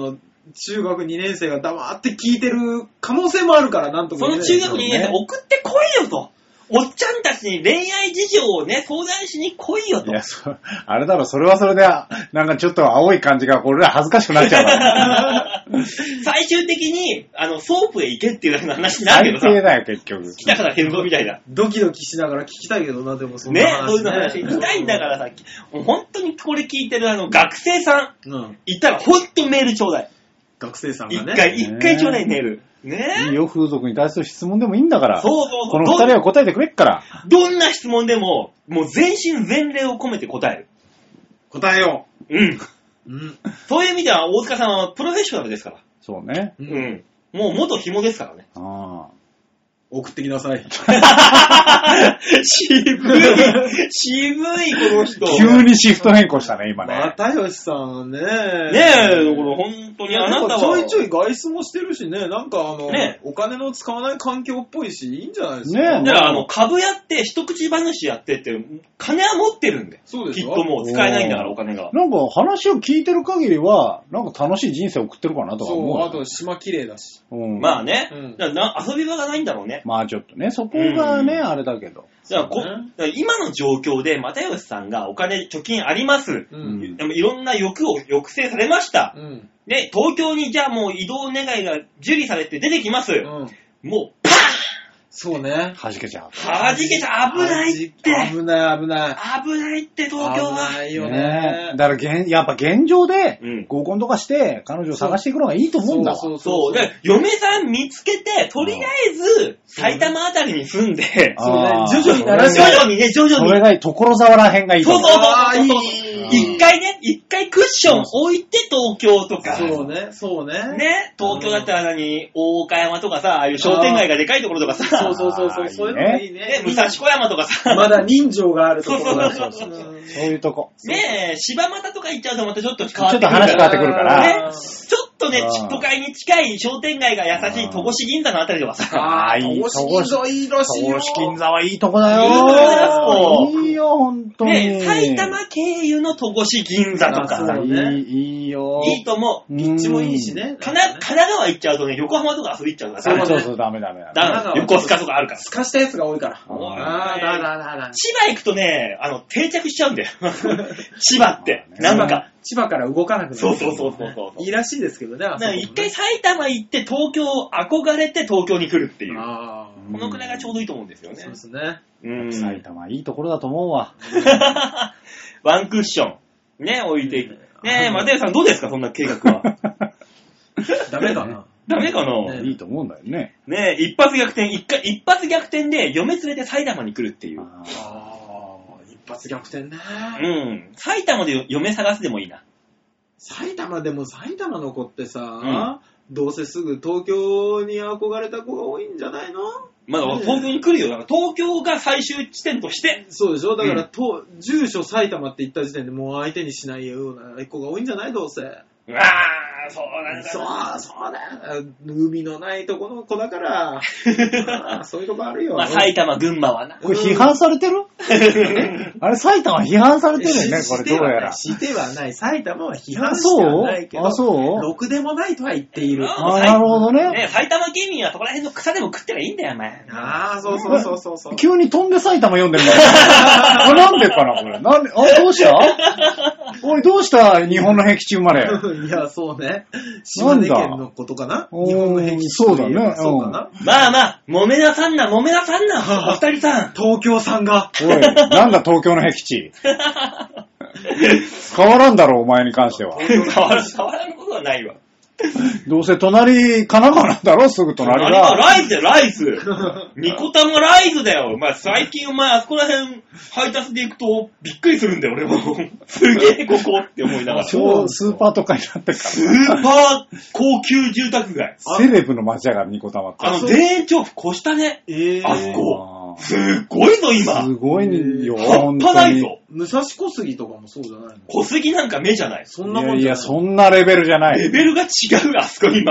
中学にねん生が黙って聞いてる可能性もあるから、なんともその中学にねん生送ってこいよと。おっちゃんたちに恋愛事情をね、相談しに来いよと。 いや、そ、あれだろ、それはそれで、なんかちょっと青い感じが、俺ら恥ずかしくなっちゃうから。 最終的に、あの、ソープへ行けっていうような話になるけどさ。 最低だよ、結局。 来たから変動みたいな。 ドキドキしながら聞きたいけどな、でもそんなね、 話、ね。 そういう話聞きたいんだからさ、もう本当にこれ聞いてるあの、学生さん、うん、いたら本当メールちょうだい。 学生さんがね。 一回、一回ちょうだいメール。ねいいよ、風俗に対する質問でもいいんだから。 そうそうそう。 この二人は答えてくれっから。 どんな質問でも、もう全身全霊を込めて答える。 答えよう。うん。うん。そういう意味では、大塚さんはプロフェッショナルですから。 そうね。 うん。もう元紐ですからね。 ああ。 送ってきなさい。 渋い、渋いこの人。 急にシフト変更したね、今ね。 又吉さんね。 ねえ、だから本当にあなたは。 ちょいちょい外出もしてるしね、なんかあの、ね、お金の使わない環境っぽいし、いいんじゃないですか。 ねえ、だからあの、株やって、一口話やってって、金は持ってるんで。 そうですよ。 きっともう使えないんだから、お金が。 なんか話を聞いてる限りは、なんか楽しい人生送ってるかなとか思う。 そう、あと島綺麗だし。 うん、まあね、うん、だから遊び場がないんだろうね。 まあちょっとね、そこがね、うん、あれだけど。 だからこ、だから今の状況で、又吉さんがお金、貯金あります。うん、でもいろんな欲を抑制されました。うん、で、東京にじゃあもう移動願いが受理されて出てきます。うん、もう、パーンそうね。 弾けちゃう。 弾けちゃう。危ないって。 危ない危ない。 危ないって東京は。 危ないよね。 ねだから現、やっぱ現状で合コンとかして彼女を探していくのがいいと思うんだわ。 そうそうそう。で、嫁さん見つけて、とりあえず埼玉あたりに住んで、 そうね。徐々になら徐々にね、徐々に。 それがいい。所沢ら辺がいいと思う。 そうそうそうそう。一回ね、一回クッション置いて東京とか。 そうね、そうね。 ね、東京だったら何、大岡山とかさ、ああいう商店街がでかいところとかさ。 そうそうそうそう、そういうのがいいね。 ね、武蔵小山とかさ。 まだ人情があるところだ。 そうそうそう。そういうとこ。 ねえ、柴又とか行っちゃうとまたちょっと変わってくる。 ちょっと話変わってくるから。 ね、ちょっとね、都会に近い商店街が優しい戸越銀座のあたりとかさ。 ああ、戸越銀座いいらしいよ。 戸越銀座はいいとこだよ。いいとこだよ、 いいよ、ほんとに。 ね、埼玉経由の戸越銀座とかさ。 いい、いいよ。 いいと思う。 立地もいいしね。 神奈川行っちゃうとね、横浜とか遊び行っちゃうからさ。そうそう、ダメダメ。 ダメ。横須賀とかあるから。 すかしたやつが多いから。 ああ、だだだだ。千葉行くとね、あの、定着しちゃうんだよ。千葉って。なんか。 千葉から動かなくなる。 そうそうそうそう。 いいらしいですけどね。 一回埼玉行って東京、憧れて東京に来るっていう。あこのくらいがちょうどいいと思うんですよね。 そうですね。 うん。埼玉いいところだと思うわ。 ワンクッション。ね、置いていく。ねえ、又吉さんどうですか、そんな計画は。 ダメかな。 ダメかな、 ね、いいと思うんだよね。 ねえ、一発逆転、一回、一発逆転で嫁連れて埼玉に来るっていう。ああ、一発逆転ね。 うん。埼玉で嫁探すでもいいな。 埼玉でも埼玉の子ってさ、うん、どうせすぐ東京に憧れた子が多いんじゃないの？ まだ東京に来るよ。だから東京が最終地点として。 そうでしょだから、うん、と住所埼玉って言った時点でもう相手にしないような子が多いんじゃないどうせ。 うわー、そうなんだ。 そう、そうだよ。海のないとこの子だから。そういうとこあるよ。 まあ、埼玉、群馬はな。 これ批判されてるあれ、埼玉批判されてるよね、これどうやら。 してはない。埼玉は批判してはないけど。 あ、そうろくでもないとは言っている。 あ、なるほどね。 ね埼玉県民はそこら辺の草でも食ってりゃいいんだよ、お前。 ああ、そうそうそうそうそう。 急に飛んで埼玉読んでるんだよ。これなんでかな、これ。なんで、あ、どうしたおい、どうした日本の僻地生まれ。 いや、そうね。島根県のことかな日本の僻地。 そうだね。 そうかな。 まあまあ、揉めなさんな、揉めなさんな、お二人さん。 東京さんが。 おい、なんだ東京の僻地。変わらんだろ、お前に関しては。 変わらん、変わらんことはないわ。 どうせ隣、神奈川なんだろすぐ隣が。 何がライズだよ、ライズ。ニコタマライズだよ。お前、最近お前、あそこら辺配達で行くとびっくりするんだよ、俺も。すげえ、ここって思いながら。 超スーパーとかになってから。 スーパー高級住宅街。 セレブの街だから、ニコタマって。 あの、田園調布越したね。えー、あそこ。すっごいぞ、今。 すごいよ、 半端ないぞ。 武蔵小杉とかもそうじゃないの？ 小杉なんか目じゃない。 そんなもんじゃない。 いやいや、そんなレベルじゃない。 レベルが違う、あそこ今。 へ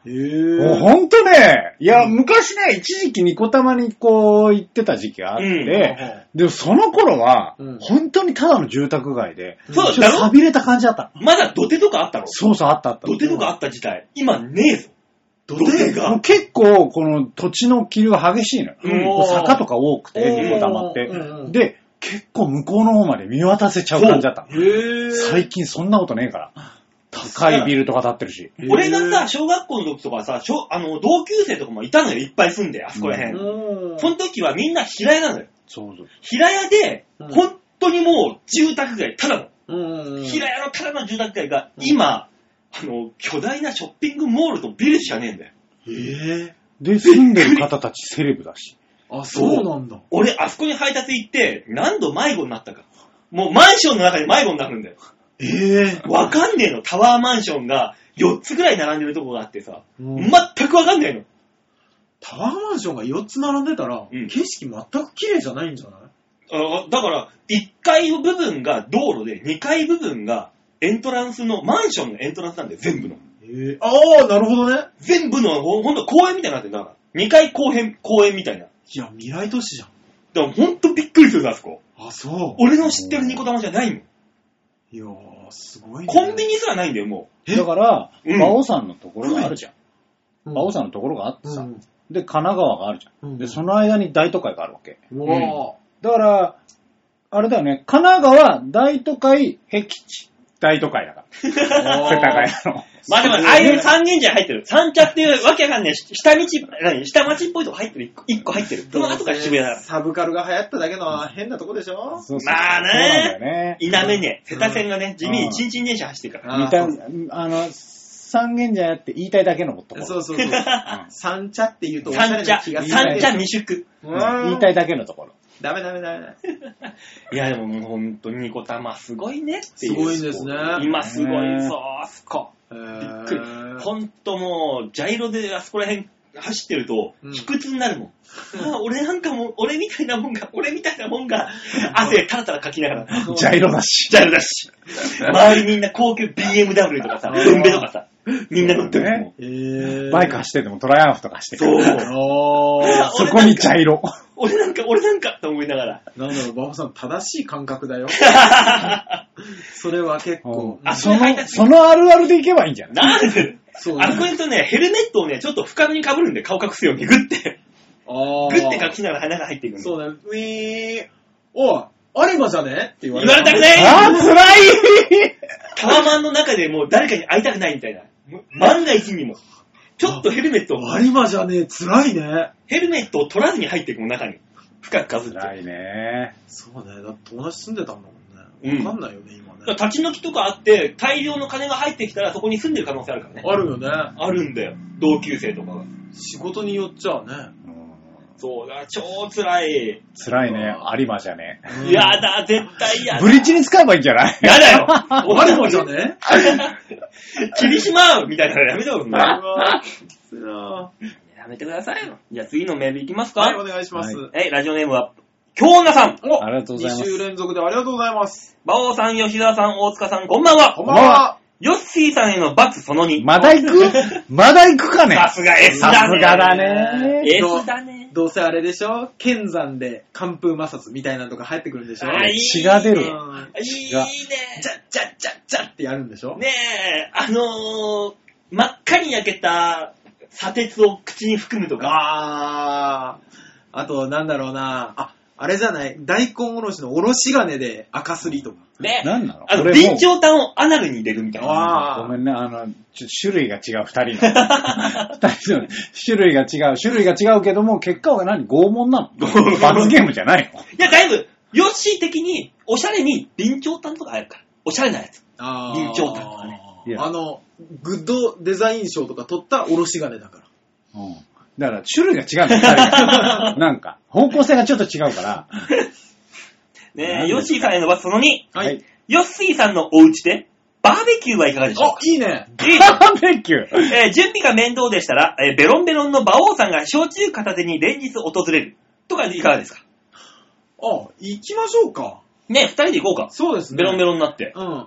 へぇもうほんとね、いや、昔ね、一時期ニコタマにこう行ってた時期があって、 うんでもその頃は、 うん本当にただの住宅街で、 そうちょっと寂れた感じだったの。 まだ土手とかあったの？ そうそう、あったあった。 土手とかあった時代。今ねえぞ。土手もうが。 結構、この土地の気流が激しいのよ。 うんこう坂とか多くて、 うんニコタマってうんうん。 で、結構向こうの方まで見渡せちゃう感じだったの。 へぇ最近そんなことねえから。高いビルとか建ってるし。 俺がさ、小学校の時とかさ、小あの同級生とかもいたのよ。いっぱい住んで、あそこら辺。 うんその時はみんな平屋なのよ。 そうそう。 平屋で、 うん本当にもう住宅街、ただの。 うん平屋のただの住宅街が、今、あの、巨大なショッピングモールとビルしかねえんだよ。 へぇで、住んでる方たちセレブだし。 あ、そうなんだ。 俺、あそこに配達行って、何度迷子になったか。もうマンションの中で迷子になるんだよ。 えぇわかんねえの。タワーマンションがよっつぐらい並んでるとこがあってさ、 うん全くわかんないの。 タワーマンションがよっつ並んでたら、 うん景色全く綺麗じゃないんじゃないあだから、いっかい部分が道路で、にかい部分がエントランスの、マンションのエントランスなんだよ、全部の。 えー、ああ、なるほどね。 全部の、ほほんと公園みたいになってるんだから。にかい公園、公園みたいな。 いや、未来都市じゃん。 だからほんとびっくりするな、あそこ。 あ、そう。 俺の知ってるニコ玉じゃないもん。 いやー、すごいね。 コンビニすらないんだよ、もえだから、 うん馬王山のところがあるじゃん。 うん馬王山のところがあってさ。 うん。 で、神奈川があるじゃん。 うんで、その間に大都会があるわけ。 うわだから、あれだよね、神奈川、大都会、僻地、大都会だから。 ー。 世田谷の。 まあでも、間に三軒茶屋入ってる。三茶っていうわけわかんない。下道、何下町っぽいとこ入ってる。一個入ってる。その後から渋谷だかサブカルが流行っただけの変なとこでしょそうそうまあねそうなんだよね。 ら。否めねえ。世田線がね、地味にチンチン電車走ってるから。 あー似たそうあの、三軒茶屋って言いたいだけのところ。 そうそうそう。三茶って言うとおしゃれ三茶、 な気がする。 三茶未宿。 うん言いたいだけのところ。 ダメダメダメダメ。 いやでももうほんとニコ玉すごいねっていう。 すごいんですね。 今すごいぞ、あそこ。 びっびっくり。ほんともう、ジャイロであそこら辺走ってるとうん、 卑屈になるもん。ああ俺なんかも、俺みたいなもんが、俺みたいなもんが、汗タラタラかきながら、 ジャイロだし。 ジャイロだし。周りみんな高級 ビーエムダブリュー とかさ、ベンベとかさ、みんな乗ってるもん。 えー、 バイク走っててもトライアンフとか走ってそう。 る。 おー。 そこにジャイロ。 俺なんか、俺なんかと思いながら。 なんだろう、バオさん、正しい感覚だよ。それは結構。 あその、そのあるあるでいけばいいんじゃないなんでそうあそこにとね、ヘルメットをね、ちょっと深めに被るんで、顔隠すようにグッて。 あグッて隠しながら鼻が入っていくんで。 そうだよ。ウィーン。おい、有馬じゃねって言わ言れた。 われたくないあー、辛いタワマンの中でもう誰かに会いたくないみたいな。万が一にも。ちょっとヘルメットを、 有馬じゃねえ、辛いね。 ヘルメットを取らずに入っていくもん、中に。深くかぶって。 辛いね。 そうね、だって友達住んでたんだもんうんね。わかんないよね、今ね。 だから立ち退きとかあって、大量の金が入ってきたらそこに住んでる可能性あるからね。 あるよね。 あるんだよ。同級生とかが。 仕事によっちゃね。 うんそうだ、超辛い。 辛いね。有馬じゃね。 やだ、絶対やだ。 ブリッジに使えばいいんじゃないやだよ。 有馬じゃね霧島みたいなのやめてよ。 うわきついなやめてくださいよ。じゃあ次のメールいきますか。 はい、お願いします。 ははい、ラジオネームは、京女さん。 おありがとうござい 2 ます週連続でありがとうございます。 馬王さん、吉沢さん、大塚さん、こんばんは。 こんばんは。 ヨッシーさんへの罰そのに。 まだ行くまだ行くかねさすが S だね。 さすがだね。 S だね。 どうせあれでしょ剣山で寒風摩擦みたいなのとか入ってくるんでしょあいい血が出る。 うんいい血がね。 ジャッジャッジャッジャッってやるんでしょねえ、あのー、真っ赤に焼けた砂鉄を口に含むとか。 あー。あと、なんだろうなあ、あれじゃない大根おろしのおろし金で赤すりとか。 ね。 何なのあの、 俺もう備長炭をアナルに入れるみたいな。 あごめんね、あの、ちょ種類が違う、二人の。二人の種類が違う、種類が違うけども、結果は何拷問なの罰ゲームじゃないのいや、だいぶ、ヨッシー的に、おしゃれに備長炭とかあるから。おしゃれなやつ。 あー備長炭とかねいやあの、グッドデザイン賞とか取ったおろし金だから。 うん。だから、種類が違うんだよ、二人が。なんか、方向性がちょっと違うから。 ねえ、ヨッシーさんへの罰そのに。 はい。 ヨッシーさんのお家で、バーベキューはいかがでしょうあ、いいね。 かいいバーベキュー。 えー準備が面倒でしたら、えーベロンベロンの馬王さんが焼酎片手に連日訪れる。とかいかがですかあ、行きましょうか。 ね、二人で行こうか。 そうですね。 ベロンベロンになって。 うん。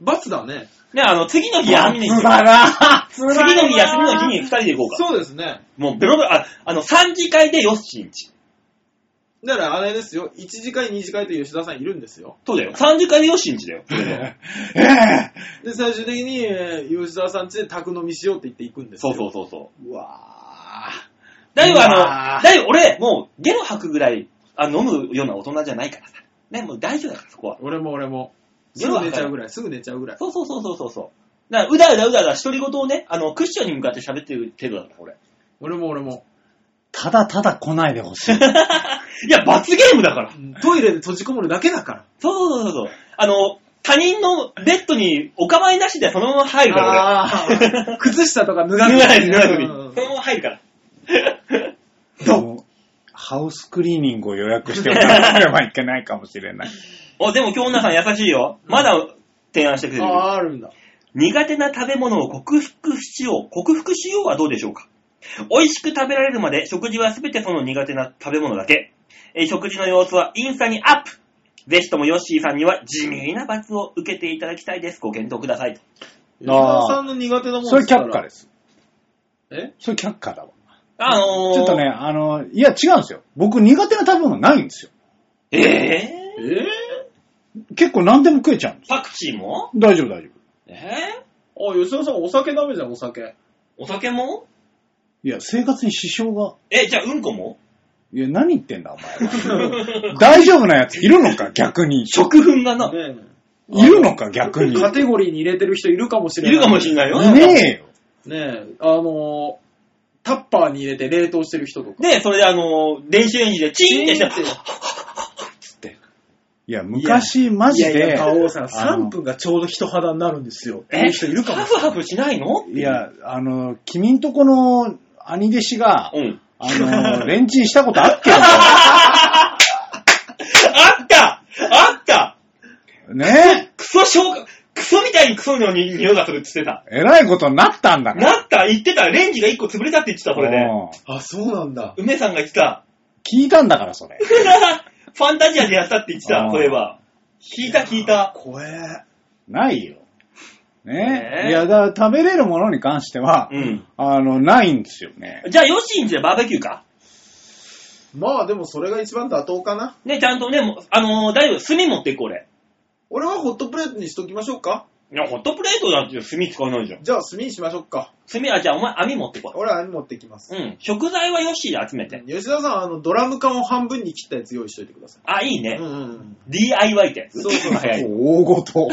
罰だね。 ね、あの、次の日休みに。 つだな次の日休みの日に二人で行こうか。 そうですね。 もうベロベロ、あ、あの、三次会でヨッシーんち。 だからあれですよ、いち次会、に次会と吉田さんいるんですよ。 そうだよ。三次会でヨッシーんちだよ。 で、最終的に、えー吉田さんちで宅飲みしようって言って行くんですよ。 そうそうそうそう。 うわだいぶうわあの、だいぶ俺、もう、ゲロ吐くぐらい、あ飲むような大人じゃないからさ。ね、もう大丈夫だから、そこは。 俺も俺も。すぐ寝ちゃうぐらい、すぐ寝ちゃうぐらい。 そうそうそうそうそう。だから、うだうだうだうだ、独り言をね、あの、クッションに向かって喋ってる程度だから、俺。 俺も俺も。 ただただ来ないでほしい。 いや、罰ゲームだから。 トイレで閉じこもるだけだから。 そうそうそうそう。あの、他人のベッドにお構いなしでそのまま入るからあー靴下とか脱が俺。脱がないで脱がないで。 うんそのまま入るから。 もうハウスクリーニングを予約しておかなければいけないかもしれない。 お、でも今日女さん優しいよ。まだ提案してくれる。 ああ、あるんだ。 苦手な食べ物を克服しよう。克服しようはどうでしょうか。美味しく食べられるまで食事はすべてその苦手な食べ物だけ。えー食事の様子はインスタにアップ。ぜひともヨッシーさんには地味な罰を受けていただきたいです。ご検討くださいと。 吉田さんの苦手なものそれ却下です。 えそれ却下だわ。 あのー、 ちょっとね、あの、いや違うんですよ。僕苦手な食べ物ないんですよ。 えー、 え結構何でも食えちゃうんです。 パクチーも大丈夫大丈夫。 えー、あ、吉田さんお酒ダメじゃん、お酒。 ー、お酒もいや、生活に支障が。 え、じゃあうんこもいや、何言ってんだ、お前は。大丈夫なやついるのか、逆に。 食粉がな。 ねいるのか、逆に。 カテゴリーに入れてる人いるかもしれない。 いるかもしれないよ。 いねえよ。 ねえ、あのー、タッパーに入れて冷凍してる人とか。 で、それであのー、電子レンジでチーンってして、 チーンってつって。 いや、昔、マジで。 いやいや、馬王さん、 あのさんぷんがちょうど人肌になるんですよ。っていえ、 う人いるかもハしれない。 フハフしないのいや、あの、君んとこの兄弟子が、 うん。 あの、レンチンしたことあっけよ。 あったあったねクソ消化、クソみたいにクソのに匂いがするって言ってえ。えらいことになったんだた。 から。 なった言ってた。レンジが一個潰れたって言ってた、これで。 うんあ、そうなんだ。 梅さんが言ってた。 聞いたんだから、それ。 ファンタジアでやったって言ってた、 うんこれは。聞いた聞いた。 怖え。 ないよ。ねねえいや、だから食べれるものに関しては、 うん。 あの、ないんですよね。 じゃあ、ヨッシーんちでバーベキューかまあでもそれが一番妥当かな。 ね、ちゃんとね、もうあのー、大丈夫。炭持っていく、俺。 俺はホットプレートにしときましょうか。 いや、ホットプレートだって炭使わないじゃん。 じゃあ炭にしましょうか。 炭、あ、じゃあお前網持ってこ俺は網持ってきます。 い。うん。食材はヨッシーで集めて。 吉田さん、あの、ドラム缶を半分に切ったやつ用意しといてください。 あ、いいね。 うんうんうん。 ディーアイワイ ってやつ。 そうそう早い。 大ごと。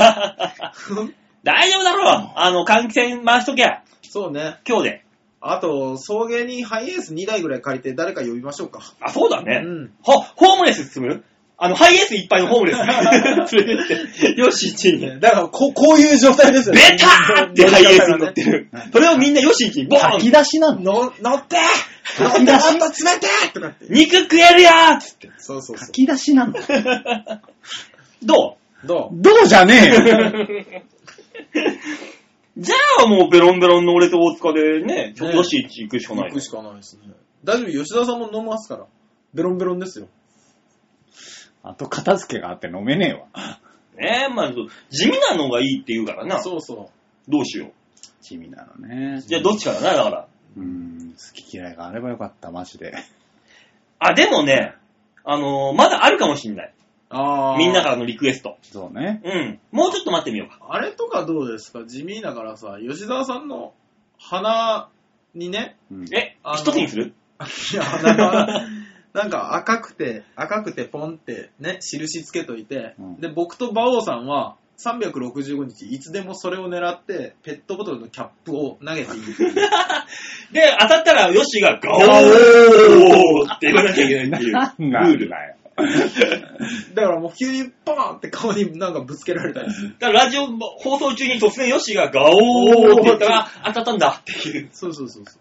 大丈夫だろう。あの、換気扇回しときゃ。 そうね。 今日で。 あと、送迎にハイエースにだいぐらい借りて誰か呼びましょうか。 あ、そうだね。 うん。 ほ、ホームレス積むあの、ハイエースいっぱいのホームレス連れてって。ヨッシーちに。 だから、こ、こういう状態ですよベね。 ターってハイエースに乗ってる。それをみんなヨッシーにボーン炊き出しなの。 の、乗って乗って炊き出しもっと詰めてってなって。 肉食えるよーっつって。 そうそうそう。 炊き出しなの。 どどうどうじゃねえよ。 うじゃあもうベロンベロンの俺と大塚でね、ちょっとヨッシーち行くしかないの。 行くしかないですね。大丈夫、吉田さんも飲ますから。ベロンベロンですよ。 あと片付けがあって飲めねえわ。 ねえ、まあ、地味なのがいいって言うからな。 そうそどうしよ地味なのね。 う。じゃあどっちかだな、だから。 うーん、好き嫌いがあればよかった、マジで。 あ、でもね、あのーまだあるかもしんない。 う。あー。 みんなからのリクエスト。 そうね。 うん。もうちょっと待ってみようか。 あれとかどうですか？地味だからさ、吉沢さんの鼻にね、 うんえ、 あの一つにするいや、鼻が、なんか赤くて、赤くてポンってね、印つけといて、 うんで、僕と馬王さんは、さんびゃくろくじゅうごにちいつでもそれを狙って、ペットボトルのキャップを投げていい。 で、当たったらヨッシーがガオーって言わなきゃいけないっていうなんルール。 だよ。 だからもう急にパーンって顔になんかぶつけられたりする。 だからラジオ放送中に突然ヨッシーがガオーって言ったら当たったんだっていう。 そうそうそうそう。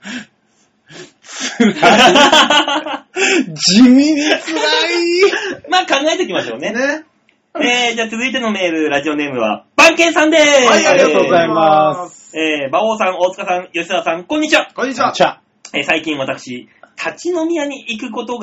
地味に辛い。 まあ考えておきましょうね。 ね。 えー、じゃあ続いてのメール、ラジオネームは、バンケンさんでーす。 はい、ありがとうございます。 す。えー、馬王さん、大塚さん、吉沢さん、こんにちは。 こんにちは。 じゃあ、 えー最近私、立ち飲み屋に行くことが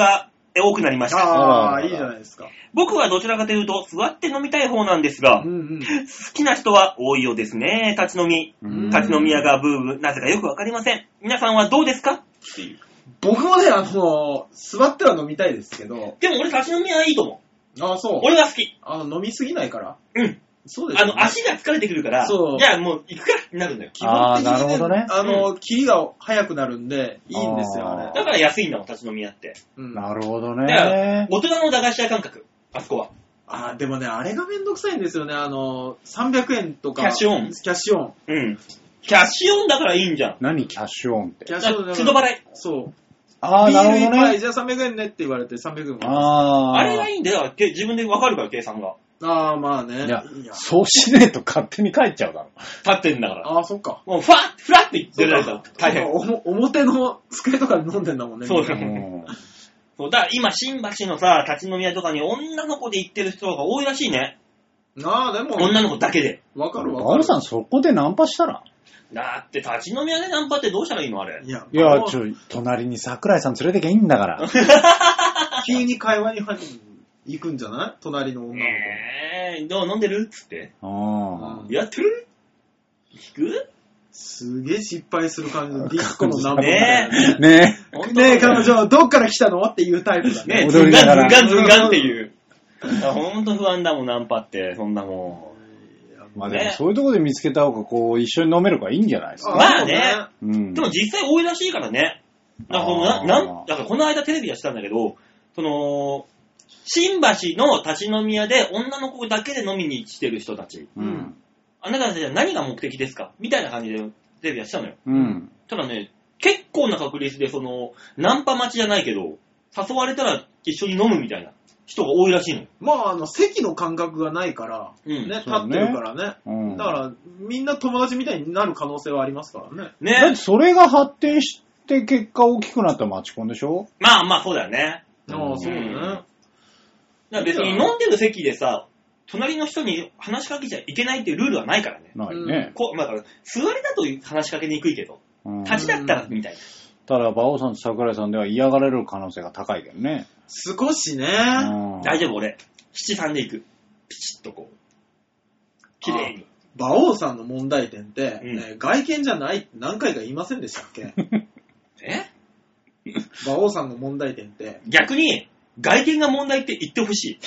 多くなりました。 ああ、いいじゃないですか。 僕はどちらかというと、座って飲みたい方なんですが、うんうん、好きな人は多いようですね。立ち飲み。立ち飲み屋がブーム、なぜかよくわかりません。皆さんはどうですかっていう。 僕もね、あの、座っては飲みたいですけど。 でも俺立ち飲みはいいと思う。ああ、そう。 俺は好き。 あの、飲みすぎないから。 うん。そうですね。あの、足が疲れてくるから、そう。じゃあもう行くかってなるんだよ。 基本的に、ね、ああ、なるほどね。 あの、切りが早くなるんで、いいんですよ、あれ。 だから安いんだもん、立ち飲み屋って。 うん。なるほどね。 だから大人の駄菓子屋感覚、あそこは。 ああ、でもね、あれがめんどくさいんですよね。あの、さんびゃくえんとか。 キャッシュオン。 キャッシュオン。 うん。キャッシュオンだからいいんじゃん。 何キャッシュオンって。 キャッシュオンだから。 都度払い。 そう。 ああ、なるほどね。 はい、じゃあさんびゃくえんねって言われてさんびゃくえん。 ああ。あれがいいんだよ。自分でわかるから、計算が。 ああ、まあね。 いや、そうしねえと勝手に帰っちゃうだろ。 立ってんだから。 ああ、そっか。 もう、ファッ、フラッって言ってるから大変。 表の机とかで飲んでんだもんね。 そうだね。そうだから今、新橋のさ、立ち飲み屋とかに女の子で行ってる人が多いらしいね。 ああ、でも。 女の子だけで。 わかるわかる。 バオさん、そこでナンパしたらだって、立ち飲み屋でナンパってどうしたらいいのあれ。 いや、いや、ちょ、隣に桜井さん連れてきゃいいんだから。 急に会話に入る。行くんじゃない隣の女の子。 ねえ、どう飲んでるっつって。 ああ。やってる聞くすげえ失敗する感じのディスコのナンバーねえ。ねえ。ねえ、彼女、どっから来たのっていうタイプだね。 ね、ズンガンズンガンズンガンっていう。ほんと不安だもん、ナンパって。そんなもん。まあでも、そういうところで見つけた方が、こう、一緒に飲めるからいいんじゃないですか。 まあね。 うん。 でも実際多いらしいからね。だからな、なん、だからこの間テレビでやってたんだけど、その、新橋の立ち飲み屋で女の子だけで飲みに来てる人たち。 うん。 あなたたちは何が目的ですかみたいな感じでテレビやってたのよ。 うん。 ただね、結構な確率でその、ナンパ待ちじゃないけど、誘われたら一緒に飲むみたいな人が多いらしいのよ。 まあ、あの、席の感覚がないから、うん、ね、立ってるからね。うん、だから、みんな友達みたいになる可能性はありますからね。 ね。だってそれが発展して結果大きくなったマチコンでしょ？ まあまあ、そうだよね。 ああ、そうだね。だから別に飲んでる席でさ、隣の人に話しかけちゃいけないっていうルールはないからね。 ないね。 こう、まあ、座りだと話しかけにくいけど、立ちだったらみたいな。 ただ、馬王さんと桜井さんでは嫌がられる可能性が高いけどね。 少しね。 大丈夫、俺。七三で行く。ピチッとこう。綺麗に。 馬王さんの問題点って、うんね、外見じゃないって何回か言いませんでしたっけ？ え？ 馬王さんの問題点って。 逆に、外見が問題って言ってほしい。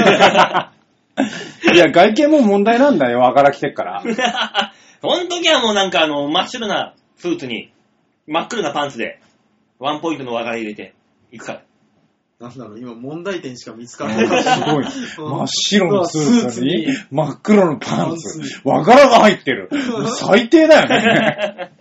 いや、外見も問題なんだよ、和から来てっから。 その時はもうなんかあの、真っ白なスーツに、真っ黒なパンツで、ワンポイントの和柄入れて、行くから。 なんだろう、今問題点しか見つからない。 すごい。真っ白のスーツに、真っ黒のパンツ、和柄が入ってる。最低だよね。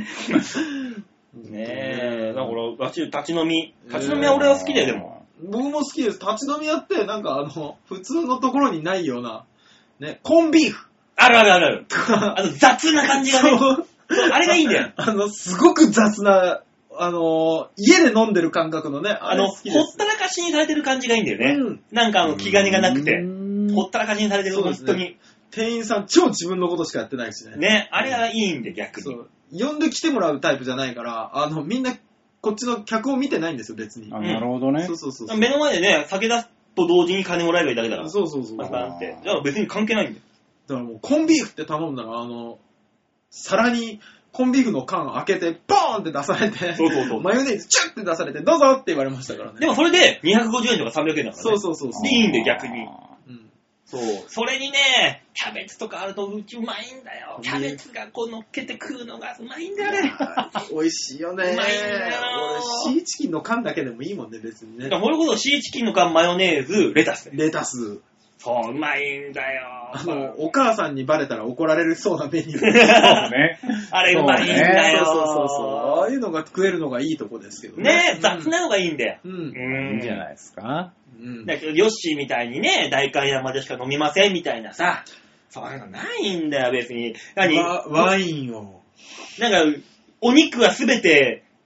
ねえ、だから、立ち飲み。立ち飲みは俺は好きだよ、でも。 僕も好きです。立ち飲み屋って、なんかあの、普通のところにないような、ね、コンビーフ。 あるあるあるある。あの、雑な感じがね。あれがいいんだよ。 あの、すごく雑な、あの、家で飲んでる感覚のね、 あの、ほったらかしにされてる感じがいいんだよね。うん、なんかあの、気兼ねがなくて、ほったらかしにされてる、本当に。 店員さん超自分のことしかやってないしね。 ね、あれがいいんで、逆に。そう。 呼んで来てもらうタイプじゃないから、あの、みんな、こっちの客を見てないんですよ、別に。 あ、なるほどね。 そうそうそう。 目の前でね、酒出すと同時に金もらえばいいだけだから。 そうそうそう。 パンパンって。じゃあ別に関係ないんだよ。 だからもう、コンビーフって頼んだら、あの、皿に、コンビーフの缶開けて、ボーンって出されて、 そうそうそう。 マヨネーズチュッって出されて、どうぞって言われましたからね。 でもそれでにひゃくごじゅうえんとかさんびゃくえんだからね。 そうそうそうそう。 で、いいんで、逆に。うん。そう。それにね、キャベツとかあるとうちうまいんだよ。キャベツがこう乗っけて食うのがうまいんだよね。 美味しいよね。 うまいんだよ。 俺、シーチキンの缶だけでもいいもんね、別にね。 だから、それこそシーチキンの缶、マヨネーズ、レタス。 レタス。 そう、うまいんだよ。 あの、お母さんにバレたら怒られるそうなメニュー。そうね。 あれうまいんだよ。 そうそうそうそう。ああいうのが食えるのがいいとこですけどね。 ねえ、雑なのがいいんだよ。 うん。 うん。いいんじゃないですか。 うん。だけど、ヨッシーみたいにね、代官山でしか飲みませんみたいなさ、そういうのないんだよ、別に。何ワインを。 なんか、お肉はすべて、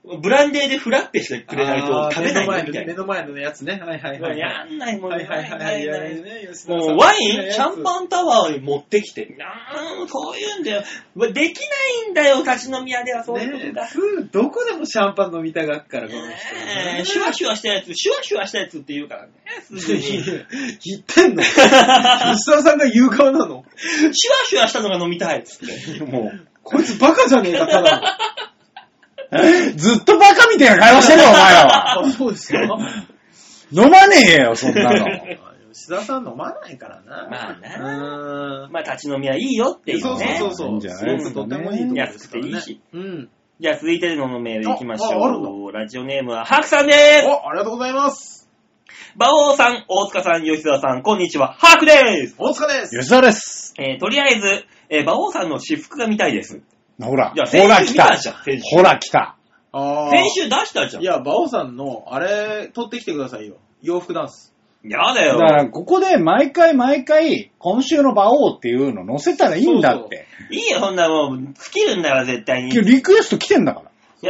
ブランデーでフラッペしてくれないと食べないよみたいな。 目の前のやつね。はいはいはい。 やんないもんはいはいはいはい。 もうワインシャンパンタワーに持ってきて、あーそういうんだよ。できないんだよ、立ち飲み屋ではそういうことだ。 ね、どこでもシャンパン飲みたがっから、この人。 ね、シュワシュワしたやつ、シュワシュワしたやつって言うからね。すぐに。 言ってんの吉沢さんが言う側なのシュワシュワしたのが飲みたいっつって。もう。 こいつバカじゃねえか、ただの。 ずっとバカみたいな会話してるよ、お前は。 あ、そうですか。 飲まねえよ、そんなの。 吉田さん飲まないからな。 まあな。うん。まあ立ち飲みはいいよっていうね。 そうそうそうそう。いいんじゃないですか。とてもいいとこ安くていいし。 うん。 じゃあ続いてのメールいきましょう。 あ、あるの？ ラジオネームはハクさんでーす。 お、ありがとうございます。 馬王さん、大塚さん、吉沢さん、こんにちは。ハクでーす。 大塚です。 吉沢です。 えー、とりあえず、えー、馬王さんの私服が見たいです。 ほら、 ほら来た。ほら来た。 あ先週出したじゃん。 いや、馬王さんの、あれ、撮ってきてくださいよ。洋服ダンス。 やだよ。 だから、ここで毎回毎回、今週の馬王っていうの載せたらいいんだって。そうそういいよ、そんなもう、尽きるんだから、絶対に。 今日リクエスト来てんだから。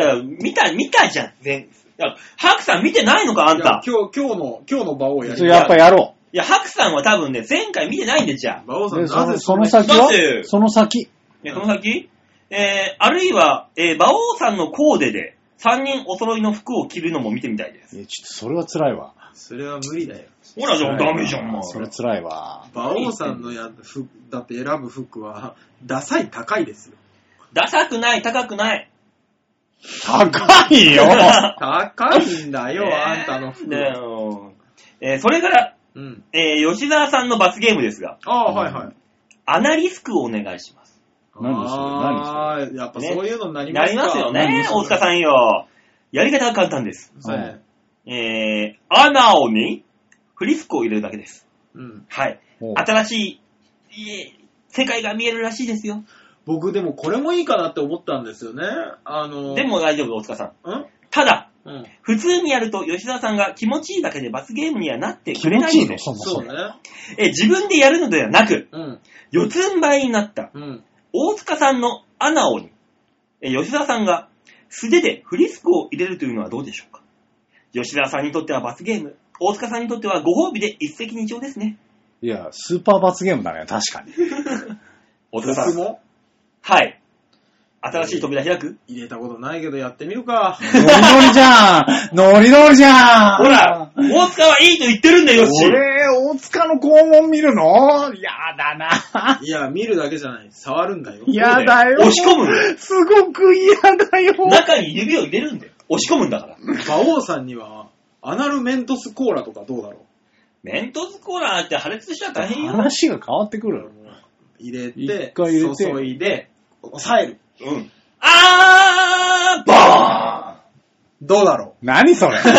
いや、見た、見たじゃん。全ハクさん見てないのか、あんた。 今日、今日の、今日の馬王やる。 やっぱやろう。いや、ハクさんは多分ね、前回見てないんで、じゃあ。 馬王さん、 なぜその先はその先。 いや、その先えー、あるいは、えー、馬王さんのコーデで、さんにんお揃いの服を着るのも見てみたいです。 いや、ちょっとそれは辛いわ。 それは無理だよ。 ほら、じゃあダメじゃん、もう。 それ辛いわ。 馬王さんのや服、だって選ぶ服は、ダサい高いですよ。 ダサくない、高くない。 高いよ高いんだよ、ね、あんたの服。 ねえー、それから、 うん、 えー、吉沢さんの罰ゲームですが。 ああ、はいはい。 アナリスクをお願いします。 何それああ、やっぱそういうのになりますか、 ね、なりますよね、大塚さんよ。やり方は簡単です。 はい。 えー、アナオにフリスクを入れるだけです。 うん。 はい。新しい、世界が見えるらしいですよ。 僕でもこれもいいかなって思ったんですよね。あのー、 でも大丈夫、大塚さん。 んただ、 うん、 普通にやると吉沢さんが気持ちいいだけで罰ゲームにはなってくれないので、 そうね。 え自分でやるのではなく、 うん、 四つん這いになった、うん、大塚さんのアナオに、え吉沢さんが素手でフリスクを入れるというのはどうでしょうか。吉沢さんにとっては罰ゲーム、大塚さんにとってはご褒美で一石二鳥ですね。 いや、スーパー罰ゲームだね、確かに。 大塚さん。 僕もはい。新しい扉開く？ 入れたことないけどやってみるか。 ノリノリじゃんノリノリじゃんほら、大塚はいいと言ってるんだよ、よし。 俺、大塚の肛門見るのやだな。 いや、見るだけじゃない。触るんだよ。 やだよ。 押し込むんだよ。 すごく嫌だよ。 中に指を入れるんだよ。押し込むんだから。 馬王さんには、アナルメントスコーラとかどうだろう。 メントスコーラって破裂しちゃ大変よ。 話が変わってくる。 入れて、 一回入れて注いで、押さえる。 うん。あーバーンどうだろう何それどう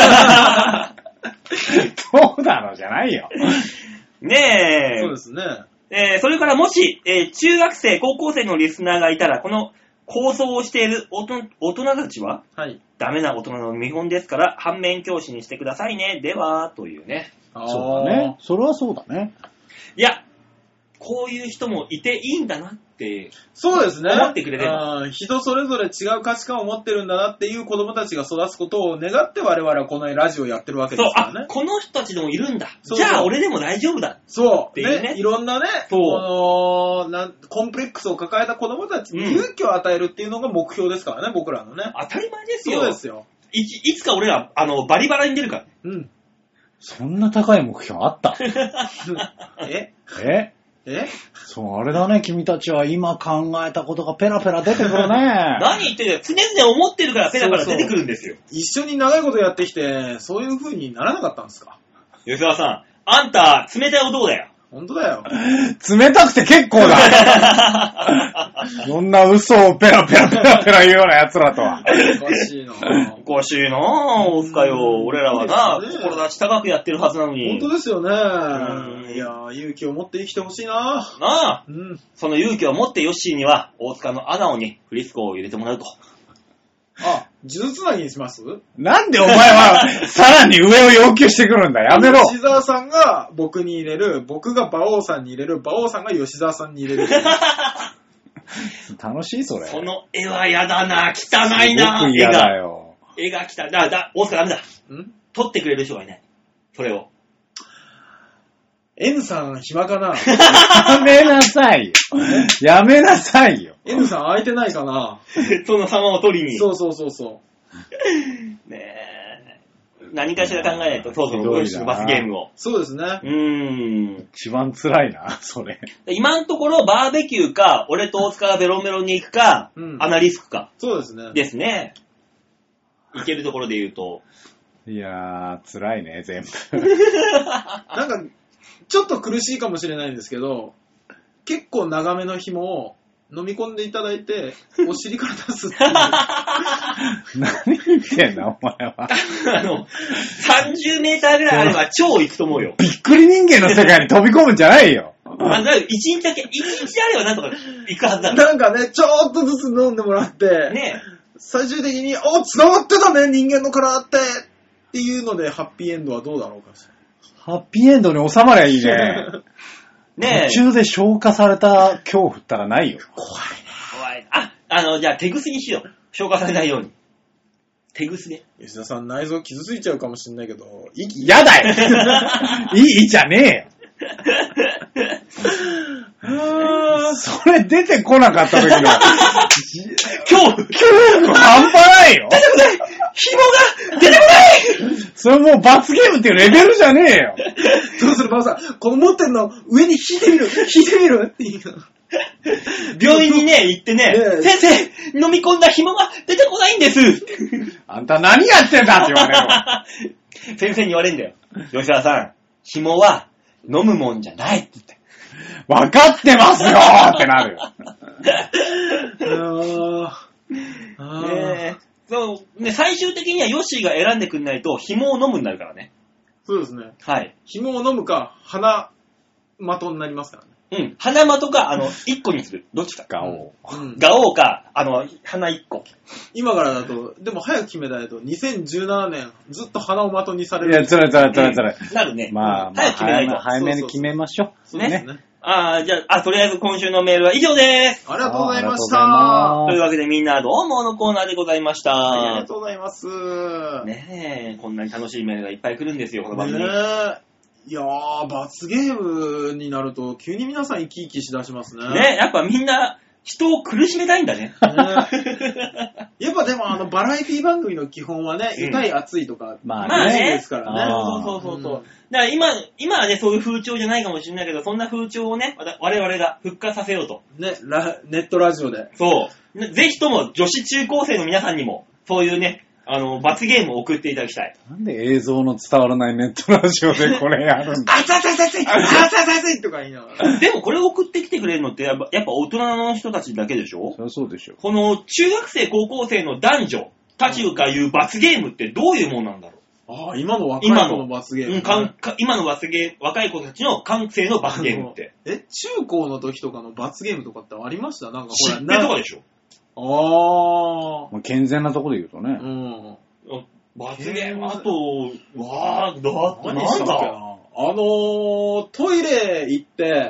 だろうじゃないよ。 ねえ。 そうですね。 えー、それからもし、えー、中学生、高校生のリスナーがいたら、この構想をしている大人、大人たちは、 はい。 ダメな大人の見本ですから、反面教師にしてくださいね。では、というね。 そうだね。それはそうだね。 いや、こういう人もいていいんだなって。 そうですね。 思ってくれれば。人それぞれ違う価値観を持ってるんだなっていう子供たちが育つことを願って我々はこのラジオやってるわけですからね。 そう、あ、この人たちでもいるんだ。 そうそうじゃあ俺でも大丈夫だ。 そう。 っていうね。 いろんなね、 そうこのなんコンプレックスを抱えた子供たちに勇気を与えるっていうのが目標ですからね、僕らのね。 当たり前ですよ。 そうですよ。 い, いつか俺ら、あの、バリバラに出るから。 うん。 そんな高い目標あったえええそう、あれだね、君たちは今考えたことがペラペラ出てくるね。 何言ってるよ。常々思ってるからペラペラ出てくるんですよ。そうそう一緒に長いことやってきて、そういう風にならなかったんですか？ 吉沢さん、あんた、冷たい男だよ。 本当だよ。 冷たくて結構だ。そんな嘘をペラペラペラペラ言うような奴らとは。 おかしいなぁ。 おかしいなぁ、大塚よ。俺らはな、 ね、 志高くやってるはずなのに。 本当ですよね。いやぁ、勇気を持って生きてほしいなぁ。 なあ、 うん、 その勇気を持ってヨッシーには、大塚の穴をにフリスコを入れてもらうと。 あ、数珠つなぎにします？ なんでお前はさらに上を要求してくるんだ。やめろ。 吉沢さんが僕に入れる、僕が馬王さんに入れる、馬王さんが吉沢さんに入れる。 楽しいそれ。 その絵はやだな、汚いな。 すごく嫌だよ。 絵が来た。だ、だ、大塚ダメだ。 ん撮ってくれる人がいない。それを。 N さん暇かなやめなさいよ。やめなさいよ。 N さん空いてないかなその様を撮りに。 そうそうそうそう。 ねえ。何かしら考えないと、そうそう、よし、バスゲームを。 そうですね。 うーん。 一番辛いな、それ。 今のところ、バーベキューか、俺と大塚がベロンベロンに行くか、 うん、 アナリスクか。 そうですね。 ですね。行けるところで言うと。 いやー、辛いね、全部。 なんか、ちょっと苦しいかもしれないんですけど、結構長めの紐を飲み込んでいただいて、お尻から出すっていう。 何言ってんだ、お前は。 あの、さんじゅうメーターぐらいあれば超行くと思うよ。 びっくり人間の世界に飛び込むんじゃないよ。 あの、一日だけ、一日あればなんとか行くはずだから。 なんかね、ちょっとずつ飲んでもらって、 ね最終的に、お、繋がってたね、人間の体ってっていうので、ハッピーエンドはどうだろうかしら。 ハッピーエンドに収まりゃいいね。 ねえ。 途中で消化された恐怖ったらないよ。 怖いね。 怖い。あ、あの、じゃあ手ぐすにしよう。消化されないように。手ぐすね。 吉田さん内臓傷ついちゃうかもしんないけど、息やだよいいじゃねえよそれ出てこなかった時の恐怖恐怖半端ないよ。 出てこない紐が出てこないそれもう罰ゲームっていうレベルじゃねえよ。 どうするバオさん、この持ってんの上に引いてみる引いてみるって言うの。 病院にね、行ってね、 ね先生、飲み込んだ紐が出てこないんですあんた何やってんだって言われる先生に言われるんだよ。吉沢さん、紐は飲むもんじゃないって言って。 分かってますよってなるよ。 あーねえ。そう、ね、最終的にはヨッシーが選んでくんないと紐を飲むになるからね。 そうですね。 はい。 紐を飲むか、鼻的になりますからね。 うん。鼻的か、あの、一個にする。どっちか。 ガオうん、 ガオーか、あの、鼻一個。 今からだと、でも早く決めないと、にせんじゅうななねんずっと鼻を的にされる。 いや、つらいつらいつらいつらい。 なるね。 まあ、まあ、 早く決めないと。 早めに決めましょう。 そうですね。 ああ、じゃあ、あ、とりあえず今週のメールは以上です。 ありがとうございましあた。 というわけでみんなどうものコーナーでございました。 はい、ありがとうございます。 ねえ、こんなに楽しいメールがいっぱい来るんですよ、この番組。 ねえ。いやー、罰ゲームになると急に皆さん生き生きしだしますね。 ねえ、やっぱみんな人を苦しめたいんだね。 ねやっぱでもあのバラエティ番組の基本はね、 うん痛い熱いとか、 まあまあねですからね。 そうそうそうそう。だから今、今はね、そういう風潮じゃないかもしれないけど、そんな風潮をね、わた我々が復活させようと。 ね、ラネットラジオで。 そう。ねぜひとも女子中高生の皆さんにも、そういうね、あの、罰ゲームを送っていただきたい。 なんで映像の伝わらないネットラジオでこれやるんだあつあつあつあつあつあつあつとか言いながら。 でもこれを送ってきてくれるのってやっぱ、やっぱ大人の人たちだけでしょ？ そりゃそうでしょ。 この中学生高校生の男女たちが言う罰ゲームってどういうものなんだろう？ ああ、今の若い子の罰ゲーム、ね。 うん、かんか今の罰ゲーム、若い子たちの感性の罰ゲームって。 え、中高の時とかの罰ゲームとかってありました？なんか知っほら、 てとかでしょ？ ああ。 まあ、健全なところで言うとね。 うん。 罰ゲーム、あと、わー、だって何したっけな。あのー、トイレ行って、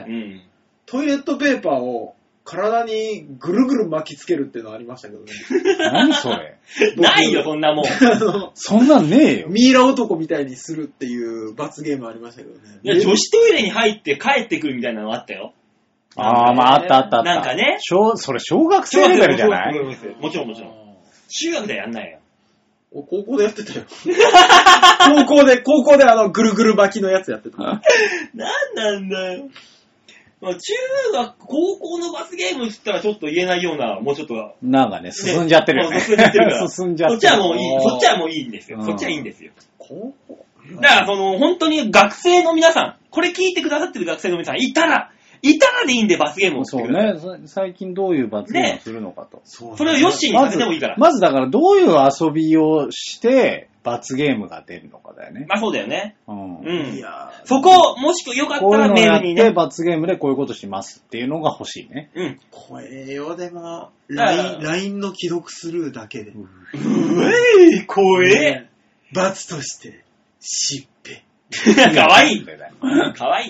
うん、 トイレットペーパーを体にぐるぐる巻きつけるっていうのありましたけどね。 何それないよ、そんなもん。 そんなんねえよ。 ミイラ男みたいにするっていう罰ゲームありましたけどね。 いや、女子トイレに入って帰ってくるみたいなのあったよ。 ああ、まああったあったあった。 なんかね。 小それ小学生レベルじゃない？ もちろんもちろん。中学ではやんないよ。 高校でやってたよ。高校で、高校であの、ぐるぐる巻きのやつやってた。 なんなんだよ。まあ、中学、高校の罰ゲームって言ったらちょっと言えないような、もうちょっと。 なんかね、進んじゃってるよね。 進んじゃってるから。 進んじゃってる。 そっちはもういい、そっちはもういいんですよ。 うんそっちはいいんですよ。 高校だからその、本当に学生の皆さん、これ聞いてくださってる学生の皆さん、いたら、いたらでいいんで罰ゲームをそう作ってください。 ね。最近どういう罰ゲームをするのかと。 そうねそれをヨッシーにさせてもいいから。 まずだからどういう遊びをして罰ゲームが出るのかだよね。 まあそうだよね。 うん。 うん。 いやーそこ、もしくよかったこういうらのをやってメールにね。 罰ゲームでこういうことしますっていうのが欲しいね。 うん。 怖えよ、でも、 だからライン、ライン の既読スルーだけで。 うえい、怖え。 ね罰として、しっぺ。 かわいい。かわいいな。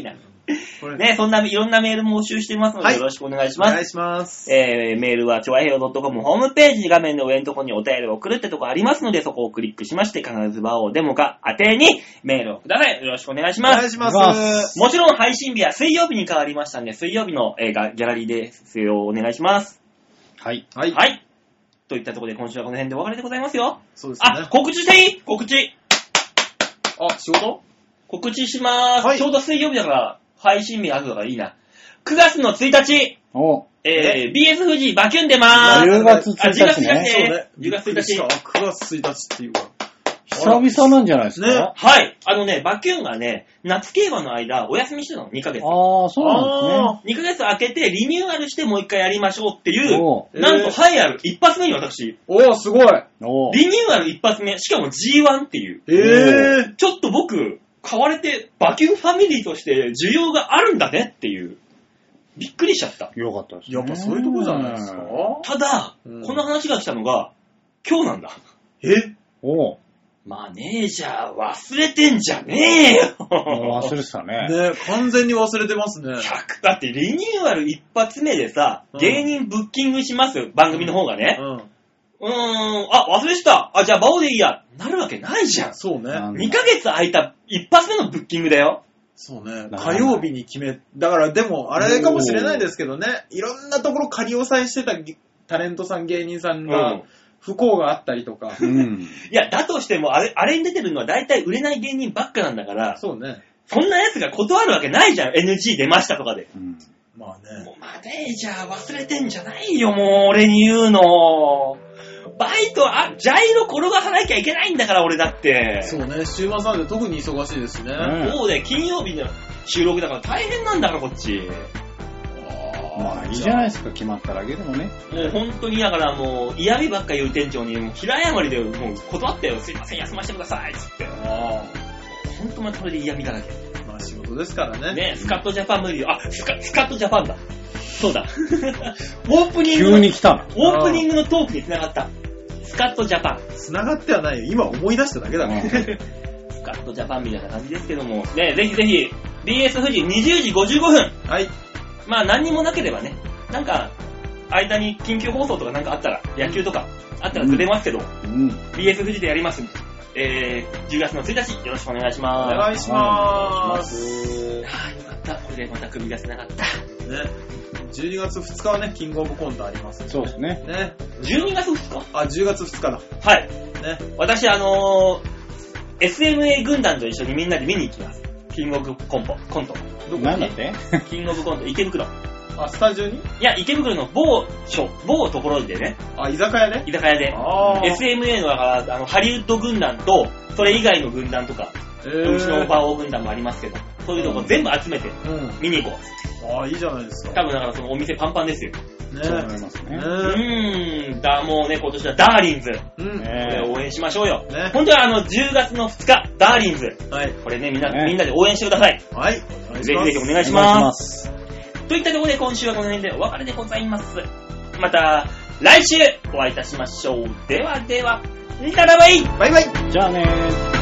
ね、そんないろんなメールも募集してますので、 はいよろしくお願いします。 お願いします。 えー、メールは、ちょわへよ .com ホームページ画面の上のところにお便りを送るってとこありますので、そこをクリックしまして、必ず場をデモか宛てにメールをください。よろしくお願いしおます。 願いしま。 お願いしますもちろん配信日は水曜日に変わりましたんで、水曜日の、えー、がギャラリーですよ。お願いします。 はい。 はい。 はい。といったところで今週はこの辺でお別れでございますよ。 そうですあ、 ね。 告知していい？告知。 あ、仕事告知しまーす。 はいちょうど水曜日だから、配信日あるからいいな。くがつのついたち、 お、 えー、ビーエス 富士バキュン出まーす。 じゅうがつついたちあ、じゅうがつついたちね。 ね。 そうね。 じゅうがつついたち。 くがつついたちっていうか。 久々なんじゃないですか。 ねはい。あのね、バキュンがね、夏競馬の間、お休みしてたの、にかげつ。 ああ、そうなんにかげつ空けて、リニューアルしてもう一回やりましょうっていうお、 うなんと、 えー栄えある一発目に私、 おー、すごい。 ですね。おリニューアル一発目、しかも ジーワン っていう。 えー。 ちょっと僕、買われて、バキュンファミリーとして需要があるんだねっていう。びっくりしちゃった。 よかったですね。 やっぱそういうとこじゃないですか。 ただ、 うんこの話が来たのが、今日なんだ。 えおマネージャー忘れてんじゃねえよ。 もう忘れてたね。 ね完全に忘れてますね。 ひゃくだってリニューアル一発目でさ、 うん芸人ブッキングしますよ、番組の方がね。 うん。 うーん、あ、忘れてた。あ、じゃあバオでいいや。なるわけないじゃん。 そうね。 なんにかげつ空いた一発目のブッキングだよ。 そうね。 な火曜日に決め、だからでも、あれかもしれないですけどね、いろんなところ仮押さえしてたタレントさん、芸人さんうがん、 不幸があったりとか。 うん。 いや、だとしても、あれ、あれに出てるのは大体売れない芸人ばっかなんだから、 そうね。 そんな奴が断るわけないじゃん。エヌジー 出ましたとかで。 うんまあね。 もうマネージャー忘れてんじゃないよ、もう俺に言うの。バイト、あ、ジャイロ転がさなきゃいけないんだから、俺だって。 そうね。週末なんで特に忙しいですしね。 うんそうで、金曜日の収録だから大変なんだから、こっち。 まあいいじゃないですか、決まっただけでもね。 もう本当に、だからもう、嫌味ばっか言う店長に、もう平謝りでもう断ったよ。すいません、休ませてください、つって。 あ本当まそれで嫌味だらけ。 あ。まあ仕事ですからね。 ね、スカットジャパン無理よ。あ、スカ、スカットジャパンだ。そうだ。オープニングの、 急に来たの。 オープニングのトークに繋がった。スカットジャパン。 繋がってはないよ。今思い出しただけだね。 スカットジャパンみたいな感じですけども、ね、ぜひぜひ、ビーエス 富士にじゅうじごじゅうごふん。 はい。 まあ何にもなければね、なんか、間に緊急放送とかなんかあったら、野球とかあったらずれますけど、 うん。 ビーエス 富士でやりますんで、えー、じゅうがつのついたち、よろしくお願いしおます。 願いしまーお願いしす。 あーよかった。これでまた首が繋がった。 ね。じゅうにがつふつかはね、キングオブコントありますんでそうですね。 ね。 じゅうにがつふつかあ、じゅうがつふつかだ。 はい。 ね。 私、あのー、エスエムエー 軍団と一緒にみんなで見に行きます。キングオブコント。コント。 どこになんだってキングオブコント、池袋。 あ、スタジオにいや、池袋の某所、某ところでね、 あ、居酒屋ね。 居酒屋で、 あー。 エスエムエー の、あの、ハリウッド軍団と、それ以外の軍団とか、 えうちのー。 馬王軍団もありますけど、そういうとこ全部集めてうん。 見に行こう。 あー、いいじゃないですか。 多分だからそのお店パンパンですよ。 ね。 そうなりますね。 うねーん、だ、もうね、今年はダーリンズ。 うん。 これね応援しましょうよ。 ね。 本当はあの、じゅうがつのふつか、ダーリンズ。 はい。 これね、みんな、 ねみんなで応援してください。 はい。お願いしぜひぜひおます。 願いしお願いしま。 ますす。 といったところで今週はこの辺でお別れでございます。また、来週お会いいたしましょう。ではでは、ならばいいバイバイ。 じゃあねー。